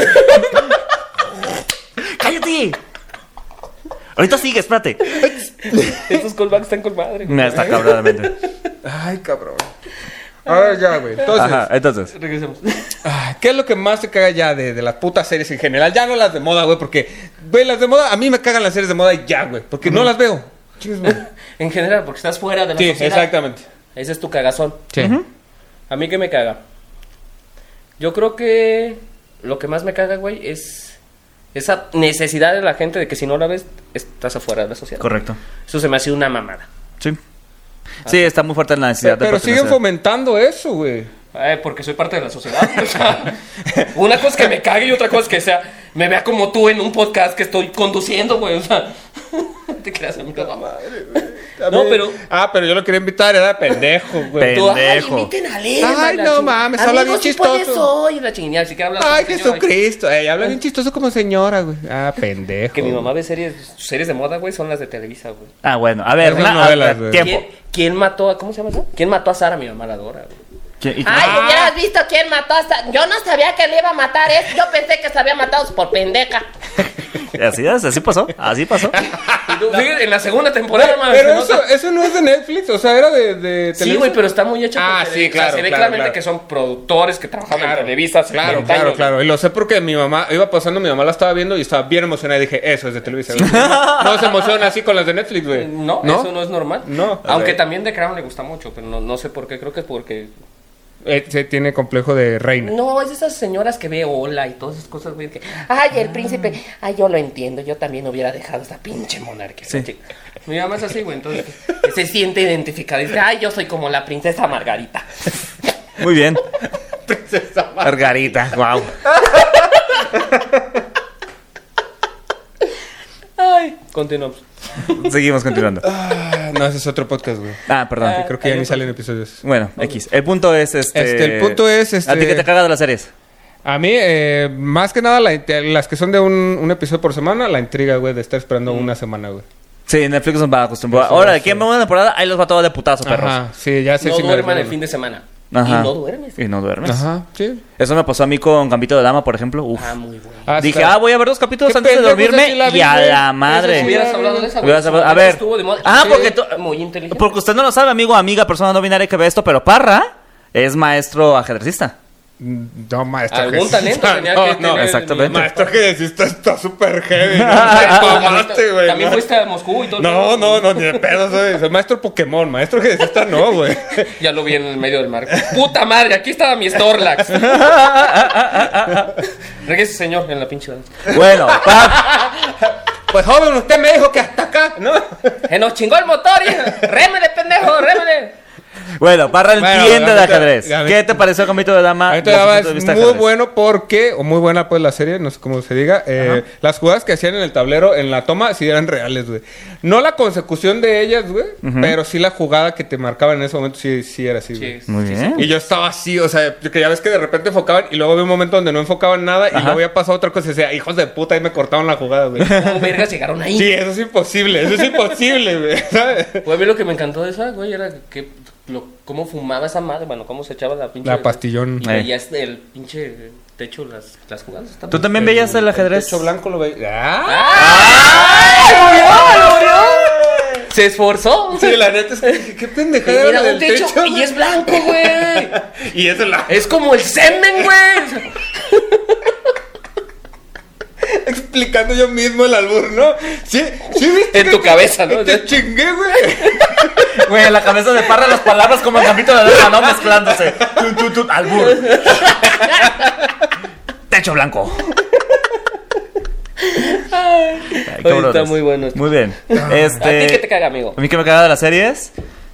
¡Cállate! Ahorita sigue, espérate. Estos callbacks están con madre, güey. Me está cabronamente. Ay, cabrón. A ver, ya, güey. Entonces, Ajá, entonces. Regresemos. ay, ¿qué es lo que más te caga ya de, de las putas series en general? Ya no las de moda, güey, porque, güey, las de moda, a mí me cagan las series de moda y ya, güey, porque no las veo. Chingues, güey. En general, porque estás fuera de la Sí, sociedad. exactamente. Ese es tu cagazón. Sí. A mí que me caga. Yo creo que lo que más me caga, güey, es esa necesidad de la gente de que si no la ves, estás afuera de la sociedad. Correcto. Eso se me hace una mamada. Sí. Sí, está muy fuerte la necesidad Pero, de pero siguen pertenecer. fomentando eso, güey. Eh, porque soy parte de la sociedad. O sea, una cosa es que me cague y otra cosa es que sea me vea como tú en un podcast que estoy conduciendo, güey. O sea, no te creas, amigo. No, pero Ah, pero yo lo quería invitar, era pendejo, güey. tú, ay, pendejo. inviten a Lema, Ay, la no ching- mames, habla Amigo, bien sí chistoso. puedes hoy, la chingada, si que hablas Ay, como señora. Jesucristo. Ey, habla bien chistoso como señora, güey. Ah, pendejo. Que mi mamá ve series, sus series de moda, güey, son las de Televisa, güey. Ah, bueno. A ver, Esas una, novelas, a- a- güey. tiempo. ¿Quién, quién mató a, cómo se llama eso? ¿Quién mató a Sara? Mi mamá la adora, güey. ¿Quién- y- Ay, hubieras visto quién mató a esta... Yo no sabía que le iba a matar, ¿eh? Yo pensé que se había matado por pendeja. Así es, así pasó. Así pasó. Y tú, fíjate, en la segunda temporada, hermano. Pero se nota- eso, eso no es de Netflix, o sea, era de, de Sí, Televisa. güey, pero está muy hecho. Ah, por sí, Televisa. claro, Se ve claro, claramente claro. que son productores que trabajan en Televisa hace Claro, cuarenta claro, años. claro. Y lo sé porque mi mamá iba pasando, mi mamá la estaba viendo y estaba bien emocionada. Y dije, eso es de Televisa. güey. No se emociona así con las de Netflix, güey. No, eso no es normal. No. Aunque Ok. también de Crown le gusta mucho, pero no, no sé por qué. Creo que es porque. Eh, se tiene complejo de reina. No, es de esas señoras que ve Hola y todas esas cosas, güey. Que... Ay, el príncipe... Ay, yo lo entiendo. Yo también hubiera dejado esta Pinche monarquía. Sí. chica. Mi mamá es así, güey. Entonces se siente identificada. Dice, ay, yo soy como la princesa Margarita. Muy bien. Margarita, wow. Ay, continuamos. Seguimos continuando. Ah, No, ese es otro podcast, güey. Ah, perdón. Sí, creo que ya ni salen episodios. Bueno, X. El punto es este. Este, el punto es, este- ¿A ti qué te caga de las series? A mí, eh, más que nada, la- las que son de un, un episodio por semana, la intriga, güey, de estar esperando una semana, güey. Sí, Netflix nos va a acostumbrar. Eso, Ahora, de eso. quién ve una temporada, ahí los va todo de putazo, perros. Ajá, sí, ya sé No si me duerman el recuerdo. fin de semana. Ajá. Y no duermes. Y no duermes. Ajá, sí. Eso me pasó a mí con Gambito de Dama, por ejemplo. Uf. Ah, muy bueno. Ah, Dije, está. ah, voy a ver dos capítulos Qué antes de pendejos, dormirme así la vi, y a güey. la madre. Si hubieras hablado de esa, güey. Hubieras hablado- a ver. Estuvo de moda. Ah, Sí, porque tú- muy inteligente. Porque usted no lo sabe, amigo, amiga, persona no binaria que ve esto, pero Parra es maestro ajedrecista. No, maestro. Algún ajedrecista, talento tenía no, que no. tener. exactamente. Maestro ajedrecista está súper heavy. ¿no? Ah, Te mamaste, güey. También ¿no? fuiste a Moscú y todo. No, no, no, ni de pedo soy. Soy maestro Pokémon. Maestro ajedrecista no, güey. Ya lo vi en el medio del mar. ¡Puta madre! Aquí estaba mi Storlax. Regrese, señor, en la pinche danza. Bueno, pa- Pues joven, usted me dijo que hasta acá, ¿no? ¡Se nos chingó el motor! Y... ¡Rémele, pendejo! ¡Rémele! bueno, Parra Bueno, entiende de Gambito- ajedrez. Gambito- ¿Qué te pareció Gambito de Dama? Ahorita desde ya tu va, punto de es vista de muy ajedrez? bueno porque, o muy buena pues la serie, no sé cómo se diga, eh, las jugadas que hacían en el tablero, en la toma, sí eran reales, güey. No la consecución de ellas, güey, pero sí la jugada que te marcaban en ese momento, sí, sí era así, güey. Sí, Muy sí, bien. Y yo estaba así, o sea, que ya ves que de repente enfocaban y luego había un momento donde no enfocaban nada y Ajá. luego ya pasó otra cosa y decía, hijos de puta, y me cortaban la jugada, güey. ¿Cómo vergas llegaron ahí? Sí, eso es imposible, eso es imposible, güey, ¿sabes? Güey, a mí lo que me encantó de esa, güey, era que lo, cómo fumaba esa madre, bueno, cómo se echaba la pinche... La pastillón. Y Eh. veías el pinche techo, las, las jugadas. Está ¿Tú muy- también veías el ajedrez? Techo blanco lo veía. ¡Ah! ¡Ay, murió, murió! Se esforzó. Sí, la neta es que qué pendejada Mira, era un del techo, techo. y güey. es blanco, güey. Y eso la... Es como el semen, güey. explicando yo mismo el albur, ¿no? Sí, sí, viste En que tu te- cabeza, ¿no? Te chingué, güey. Güey, en la cabeza de Parra las palabras como el Gambito de Dama, ¿no? Mezclándose. Tut, tut, tut, albur. Techo blanco. Ay, qué Oye, está brothers. muy bueno esto. Muy bien. Este, ¿A ti qué te caga, amigo? A mí que me caga de las series,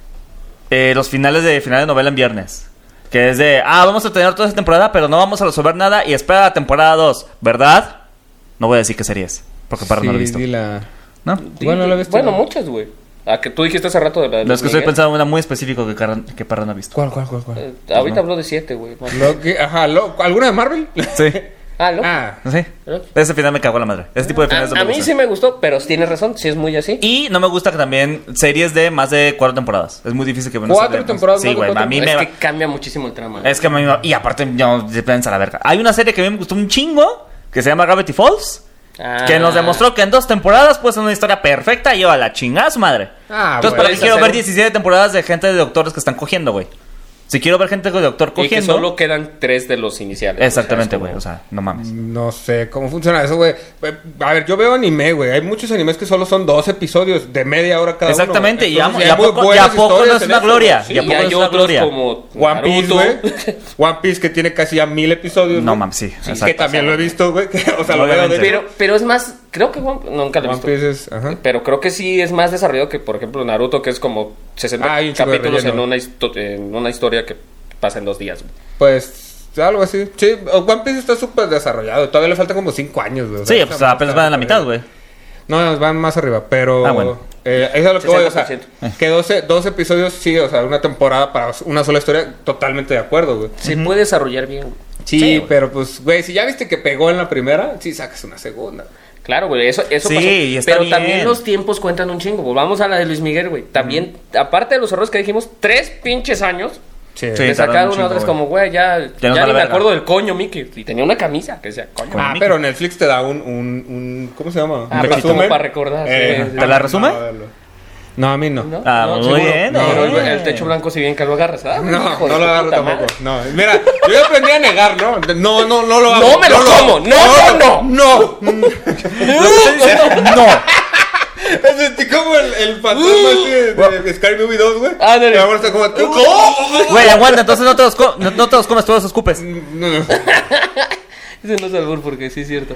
eh, los finales de final de novela en viernes. Que es de, ah, vamos a tener toda esta temporada, pero no vamos a resolver nada y espera la temporada dos, ¿verdad? No voy a decir qué serie es, porque Parra no lo he visto. la... ¿No? Bueno, lo he visto. Bueno, muchas, güey. A que tú dijiste hace rato de la de Los Luis que estoy Miguel. pensando en una muy específica que, Carra- que Parra no ha visto. ¿Cuál, cuál, cuál, cuál? Eh, ahorita habló de siete, güey. más. Loki, ajá, lo- ¿alguna de Marvel? Sí. Ah, ¿no? Ah, Sí. Ese final me cagó la madre. Ese tipo de finales no A, a me mí gusta. sí me gustó, pero tienes razón, sí es muy así. Y no me gusta que también series de más de cuatro temporadas. Es muy difícil que me ¿Cuatro temporadas Sí, más de güey. cuatro A mí es me va- que cambia muchísimo el trama. Es que a mí me... Y aparte, no, depende a la verga. Hay una serie que a mí me gustó un chingo, que se llama Gravity Falls, Ah. que nos demostró que en dos temporadas puede ser una historia perfecta y lleva la chingada a su madre. Ah, Entonces, bueno. ¿para qué quiero hacer ver un- diecisiete temporadas de gente de doctores que están cogiendo, güey? Si quiero ver gente de doctor Y que cogiendo... solo quedan tres de los iniciales. Exactamente, O sea, güey. es O sea, no mames. no sé cómo funciona eso, güey. Eh, A ver, yo veo anime, güey. Hay muchos animes que solo son dos episodios de media hora cada Exactamente. uno. Y a, Entonces, y a hay muy poco, y a buenas poco no historias es en una eso, gloria. güey. Sí, Y a y poco no hay es una otros gloria. como One Piece, Naruto. güey. One Piece que tiene casi ya mil episodios. No güey. mames, sí. Sí, exacto. que también lo he visto, güey. que- O sea, lo veo de Obviamente. Pero, pero es más, creo que One- nunca lo he One visto. Piece es... Ajá. Pero creo que sí es más desarrollado que, por ejemplo, Naruto, que es como sesenta Ah, hay un chingo de capítulos en relleno. una, histo- en una historia que pasa en dos días. güey. Pues... Algo así. Sí, One Piece está súper desarrollado. Todavía le faltan como cinco años, güey. O sea, Sí, está- pues apenas van en la mitad, güey. No, van más arriba, pero... Ah, bueno. Eh, eso es lo que voy, o sea, sesenta por ciento. que doce, doce episodios, sí, o sea, una temporada para una sola historia, totalmente de acuerdo, güey. Se puede desarrollar bien. güey. Sí, Sí, güey. pero pues, güey, si ya viste que pegó en la primera, sí sacas una segunda. Claro, güey, eso, eso Sí, pasó. y está Pero bien. también los tiempos cuentan un chingo. Volvamos a la de Luis Miguel, güey. También, aparte de los errores que dijimos, tres pinches años. Sí. Sí. Le tardan un sacaron chingo, otras güey. como, güey, ya, Ya ya, nos ni vale me verga. acuerdo del coño, Mickey. Y tenía una camisa que decía coño. Ah, Mickey. pero Netflix te da un, un, un ¿cómo se llama? Ah, ¿Un para- resumen? como para recordar, Eh, sí. ¿Te la resume? No, no, no, a mí no. ¿No? Ah, No, muy seguro. bien, No, eh. pero el, el techo blanco, si bien que lo agarras, ¿ah? No, Hijo de no tu lo agarro puta tampoco. madre. No, mira, yo ya aprendí a negar, ¿no? No, no, no lo hago. No me lo como. No, no, no. No. Me sentí como el, el fantasma este de, de Scary Movie dos, güey. Ándale. Y ahora está como... ¿Cómo? Güey, aguanta, entonces no te los, co- no, no te los comes, todos los escupes. No, no. Ese no es albur porque sí es cierto.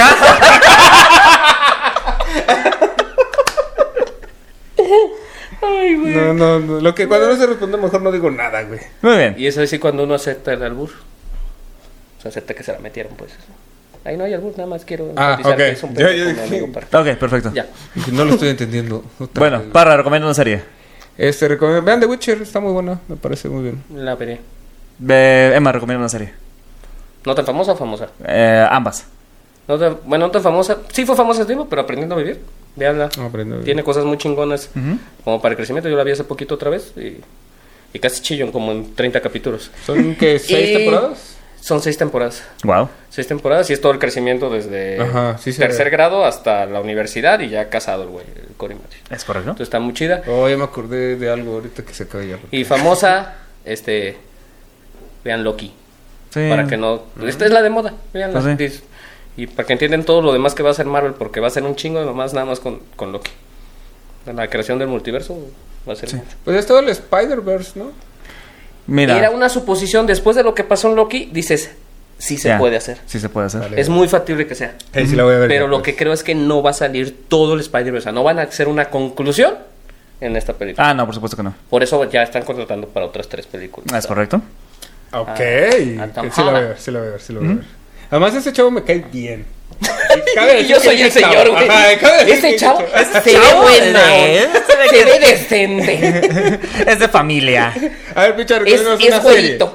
Ay, güey. No, no, no. Lo que cuando no se responde, mejor no digo nada, güey. Muy bien. Y eso es así cuando uno acepta el albur. O sea, acepta que se la metieron, pues. Ahí no hay albur, nada más quiero Ah, enfatizar ok. que es un Yo- pendejo, yo mi dije- amigo Parra. Ok, perfecto. Ya. No lo estoy entendiendo. Otra Bueno, vez. Parra, recomiendo una serie. Este, recomiendo... Vean The Witcher, está muy buena, me parece muy bien. La veré. Eh, Emma, recomiendo una serie. ¿No tan famosa o famosa? Eh, ambas. No tan- bueno, no tan famosa. Sí fue famosa, digo, pero aprendiendo a vivir. Veanla. No, aprendo bien. Tiene cosas muy chingonas Ujú. como para el crecimiento. Yo la vi hace poquito otra vez y, y casi chillo como en treinta capítulos. ¿Son qué? ¿Seis Y- temporadas? Son seis temporadas. Wow. Seis temporadas y es todo el crecimiento desde Ajá, sí se tercer ve. grado hasta la universidad y ya casado el güey, el Cory Matthews. ¿Es correcto? Entonces está muy chida. Oh, ya me acordé de algo ahorita que se acaba ya. Y famosa, este... Vean Loki. Sí. Para que no... Esta es la de moda. Veanla. Pues sí. Dis- Y para que entiendan todo lo demás que va a hacer Marvel, porque va a ser un chingo de nomás nada más con, con Loki. La creación del multiverso va a ser mucho. Pues es todo el Spider-Verse, ¿no? Mira. Era una suposición, después de lo que pasó en Loki, dices, sí se Ya, puede hacer. Sí se puede hacer. Vale. Es muy factible que sea. Ahí sí la voy a ver. Pero ya, lo pues. que creo es que no va a salir todo el Spider-Man. O sea, no van a hacer una conclusión en esta película. Ah, no, por supuesto que no. Por eso ya están contratando para otras tres películas. ¿Es correcto? Ok. Ah, Tom sí la voy a Holland. ver, sí la voy a ver, sí la voy a ver. Además, ese chavo me cae bien. Cabe Y yo decir soy que el ese chavo- señor, güey. Ajá, cabe decir que Ese ese chavo chavo- se ve bueno. eh, Se ve decente. Es de familia. A ver, Picha, Es, recomiéndanos es una serie. güerito.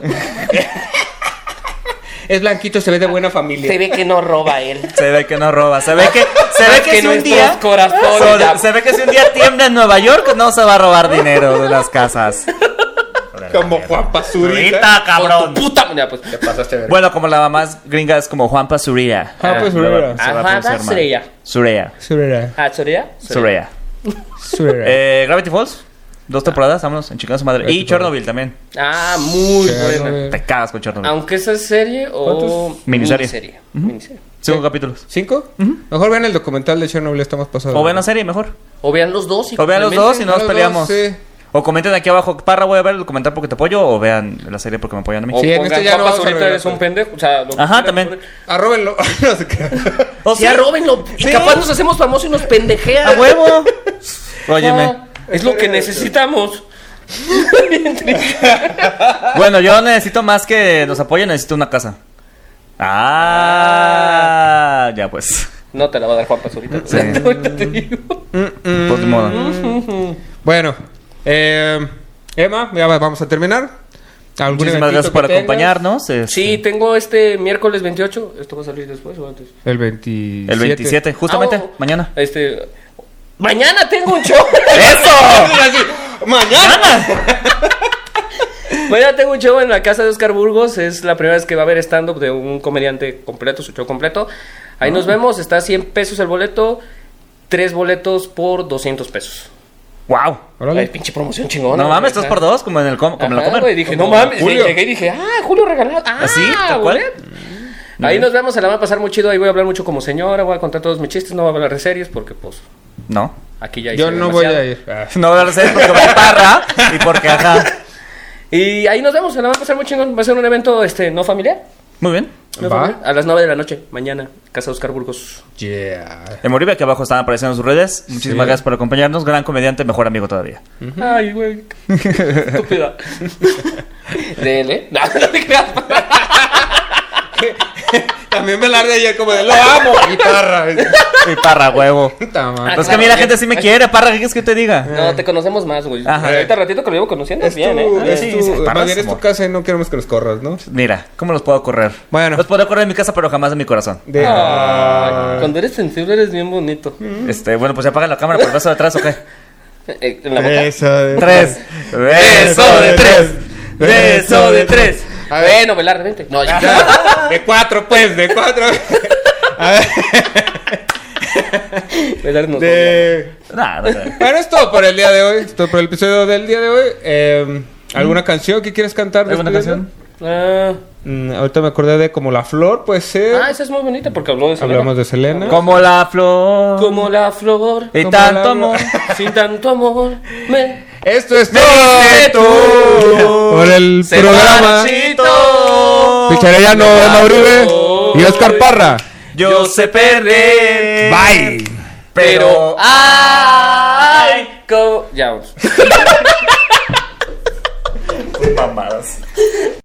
Es blanquito, se ve de buena familia. Se ve que no roba él. Se ve que no roba. Se ve que, se ve Más que, que si un nuestros día. corazones, so- ya. se ve que si un día tiembla en Nueva York, no se va a robar dinero de las casas. Como Juan Pazurita. Ahorita, Por cabrón. tu puta. Mira, pues. Te pasaste a ver. Bueno, como la más gringa es como Juan Pazurita. Juan Pazurita. Se va a Ajá, pronunciar mal. Sureya. Sureya. Surera. Ah, ¿Soria? Sureya. Surera. Eh, Gravity Falls. Dos temporadas, vámonos, en chingada su madre. Gravity Y Chernobyl también. Ah, muy buena. Chernobyl. Te cagas con Chernobyl. Aunque esa es serie o ¿Cuántos? Miniserie. miniserie. Miniserie. Cinco capítulos. ¿Cinco? Mejor vean el documental de Chernobyl, estamos pasando. O vean la serie mejor. O vean los dos y O vean los dos y no nos Los dos, peleamos. sí. O comenten aquí abajo, Parra, voy a ver el documental porque te apoyo. O vean la serie porque me apoyan a mí. O Sí, en pongan este ya no Juan vamos a Pazurita, revelar eres un todo. pendejo. O sea, lo que Ajá, quieran también. poner. Arróbenlo. No sé qué. O Sí, arróbenlo. Y Sí. capaz nos hacemos famosos y nos pendejean. ¡A huevo! Óyeme. Ah, es lo que necesitamos. Bueno, yo necesito más que nos apoyen, necesito una casa. Ah, ya pues. No te la va a dar Juan Pazurita. Sí. Ahorita te digo. Pues de modo. Bueno, eh, Emma, ya va- vamos a terminar. ¿Algún Muchísimas eventito gracias que por tengas? acompañarnos. este, Sí, tengo este miércoles veintiocho. ¿Esto va a salir después o antes? El veintisiete. El veintisiete, justamente, Ah, oh. mañana. Este. Mañana tengo un show. ¡Eso! ¡Mañana! Mañana tengo un show en la casa de Oscar Burgos. Es la primera vez que va a haber stand-up de un comediante completo, su show completo. Ahí nos vemos. Está a cien pesos el boleto. Tres boletos por doscientos pesos. ¡Wow! Ay, Órale. pinche promoción chingona. No mames, güey. dos por dos, como en el com como en la Ajá, comer. güey, dije, no Como mames. Julio. Llegué y dije, ah, Julio regalado. Ah, ¿Así? ¿Tal cual? güey. Ahí nos vemos, se la va a pasar muy chido. Ahí voy a hablar mucho como señora. Voy a contar todos mis chistes. No voy a hablar de series porque, pues, No. aquí ya hice Yo no voy demasiado. a ir. Ah. No voy a hacer porque va Parra y porque ajá. Y ahí nos vemos, se la va a pasar muy chingón. Va a ser un evento este, no familiar. Muy bien. No Va. familiar. A las nueve de la noche, mañana, Casa Oscar Burgos. Yeah. En Moribe, aquí abajo están apareciendo sus redes. Muchísimas Sí. gracias por acompañarnos. Gran comediante, mejor amigo todavía. Ay, güey. Estúpida. De él, ¿eh? No, no te creas. También me largué ayer como de lo amo. Guitarra. Y Parra, huevo. Puta madre. Pues que a mí la gente sí me quiere, Parra, ¿qué quieres que te diga? No, te conocemos más, güey. Ajá. Ahorita ratito que lo llevo conociendo. Es bien, tu, ¿eh? es Sí, tu- sí, más parras, bien es tu amor. casa y no queremos que nos corras, ¿no? Mira, ¿cómo los puedo correr? Bueno. Los puedo correr en mi casa, pero jamás en mi corazón. De... Ay, cuando eres sensible eres bien bonito. Este, bueno, pues ya apagan la cámara por el beso de atrás, ¿o qué? Eh, ¿En la boca? Eso de... Tres. Beso de tres. Beso de tres. A ver. Bueno, velar, vente. No, ya. De cuatro, pues, de cuatro. A ver. Velar nos De... Nada, nada. Bueno, es todo por el día de hoy. Es todo por el episodio del día de hoy. Eh, ¿Alguna canción que quieres cantar? ¿Alguna despidiendo? canción? Ah, Mm, ahorita me acordé de Como la Flor, puede ser. ah, esa es muy bonita porque habló de Selena. Hablamos de Selena. Como la flor. Como la flor, Y como tanto la- amor. sin tanto amor, me... Esto es Me todo diste tú. por el Se programa. marchitó. Picharellano, Emma Uribe y Oscar Parra. Yo sé perder. Bye. Pero. ¡Ay! Como... Ya, vamos. Mamadas.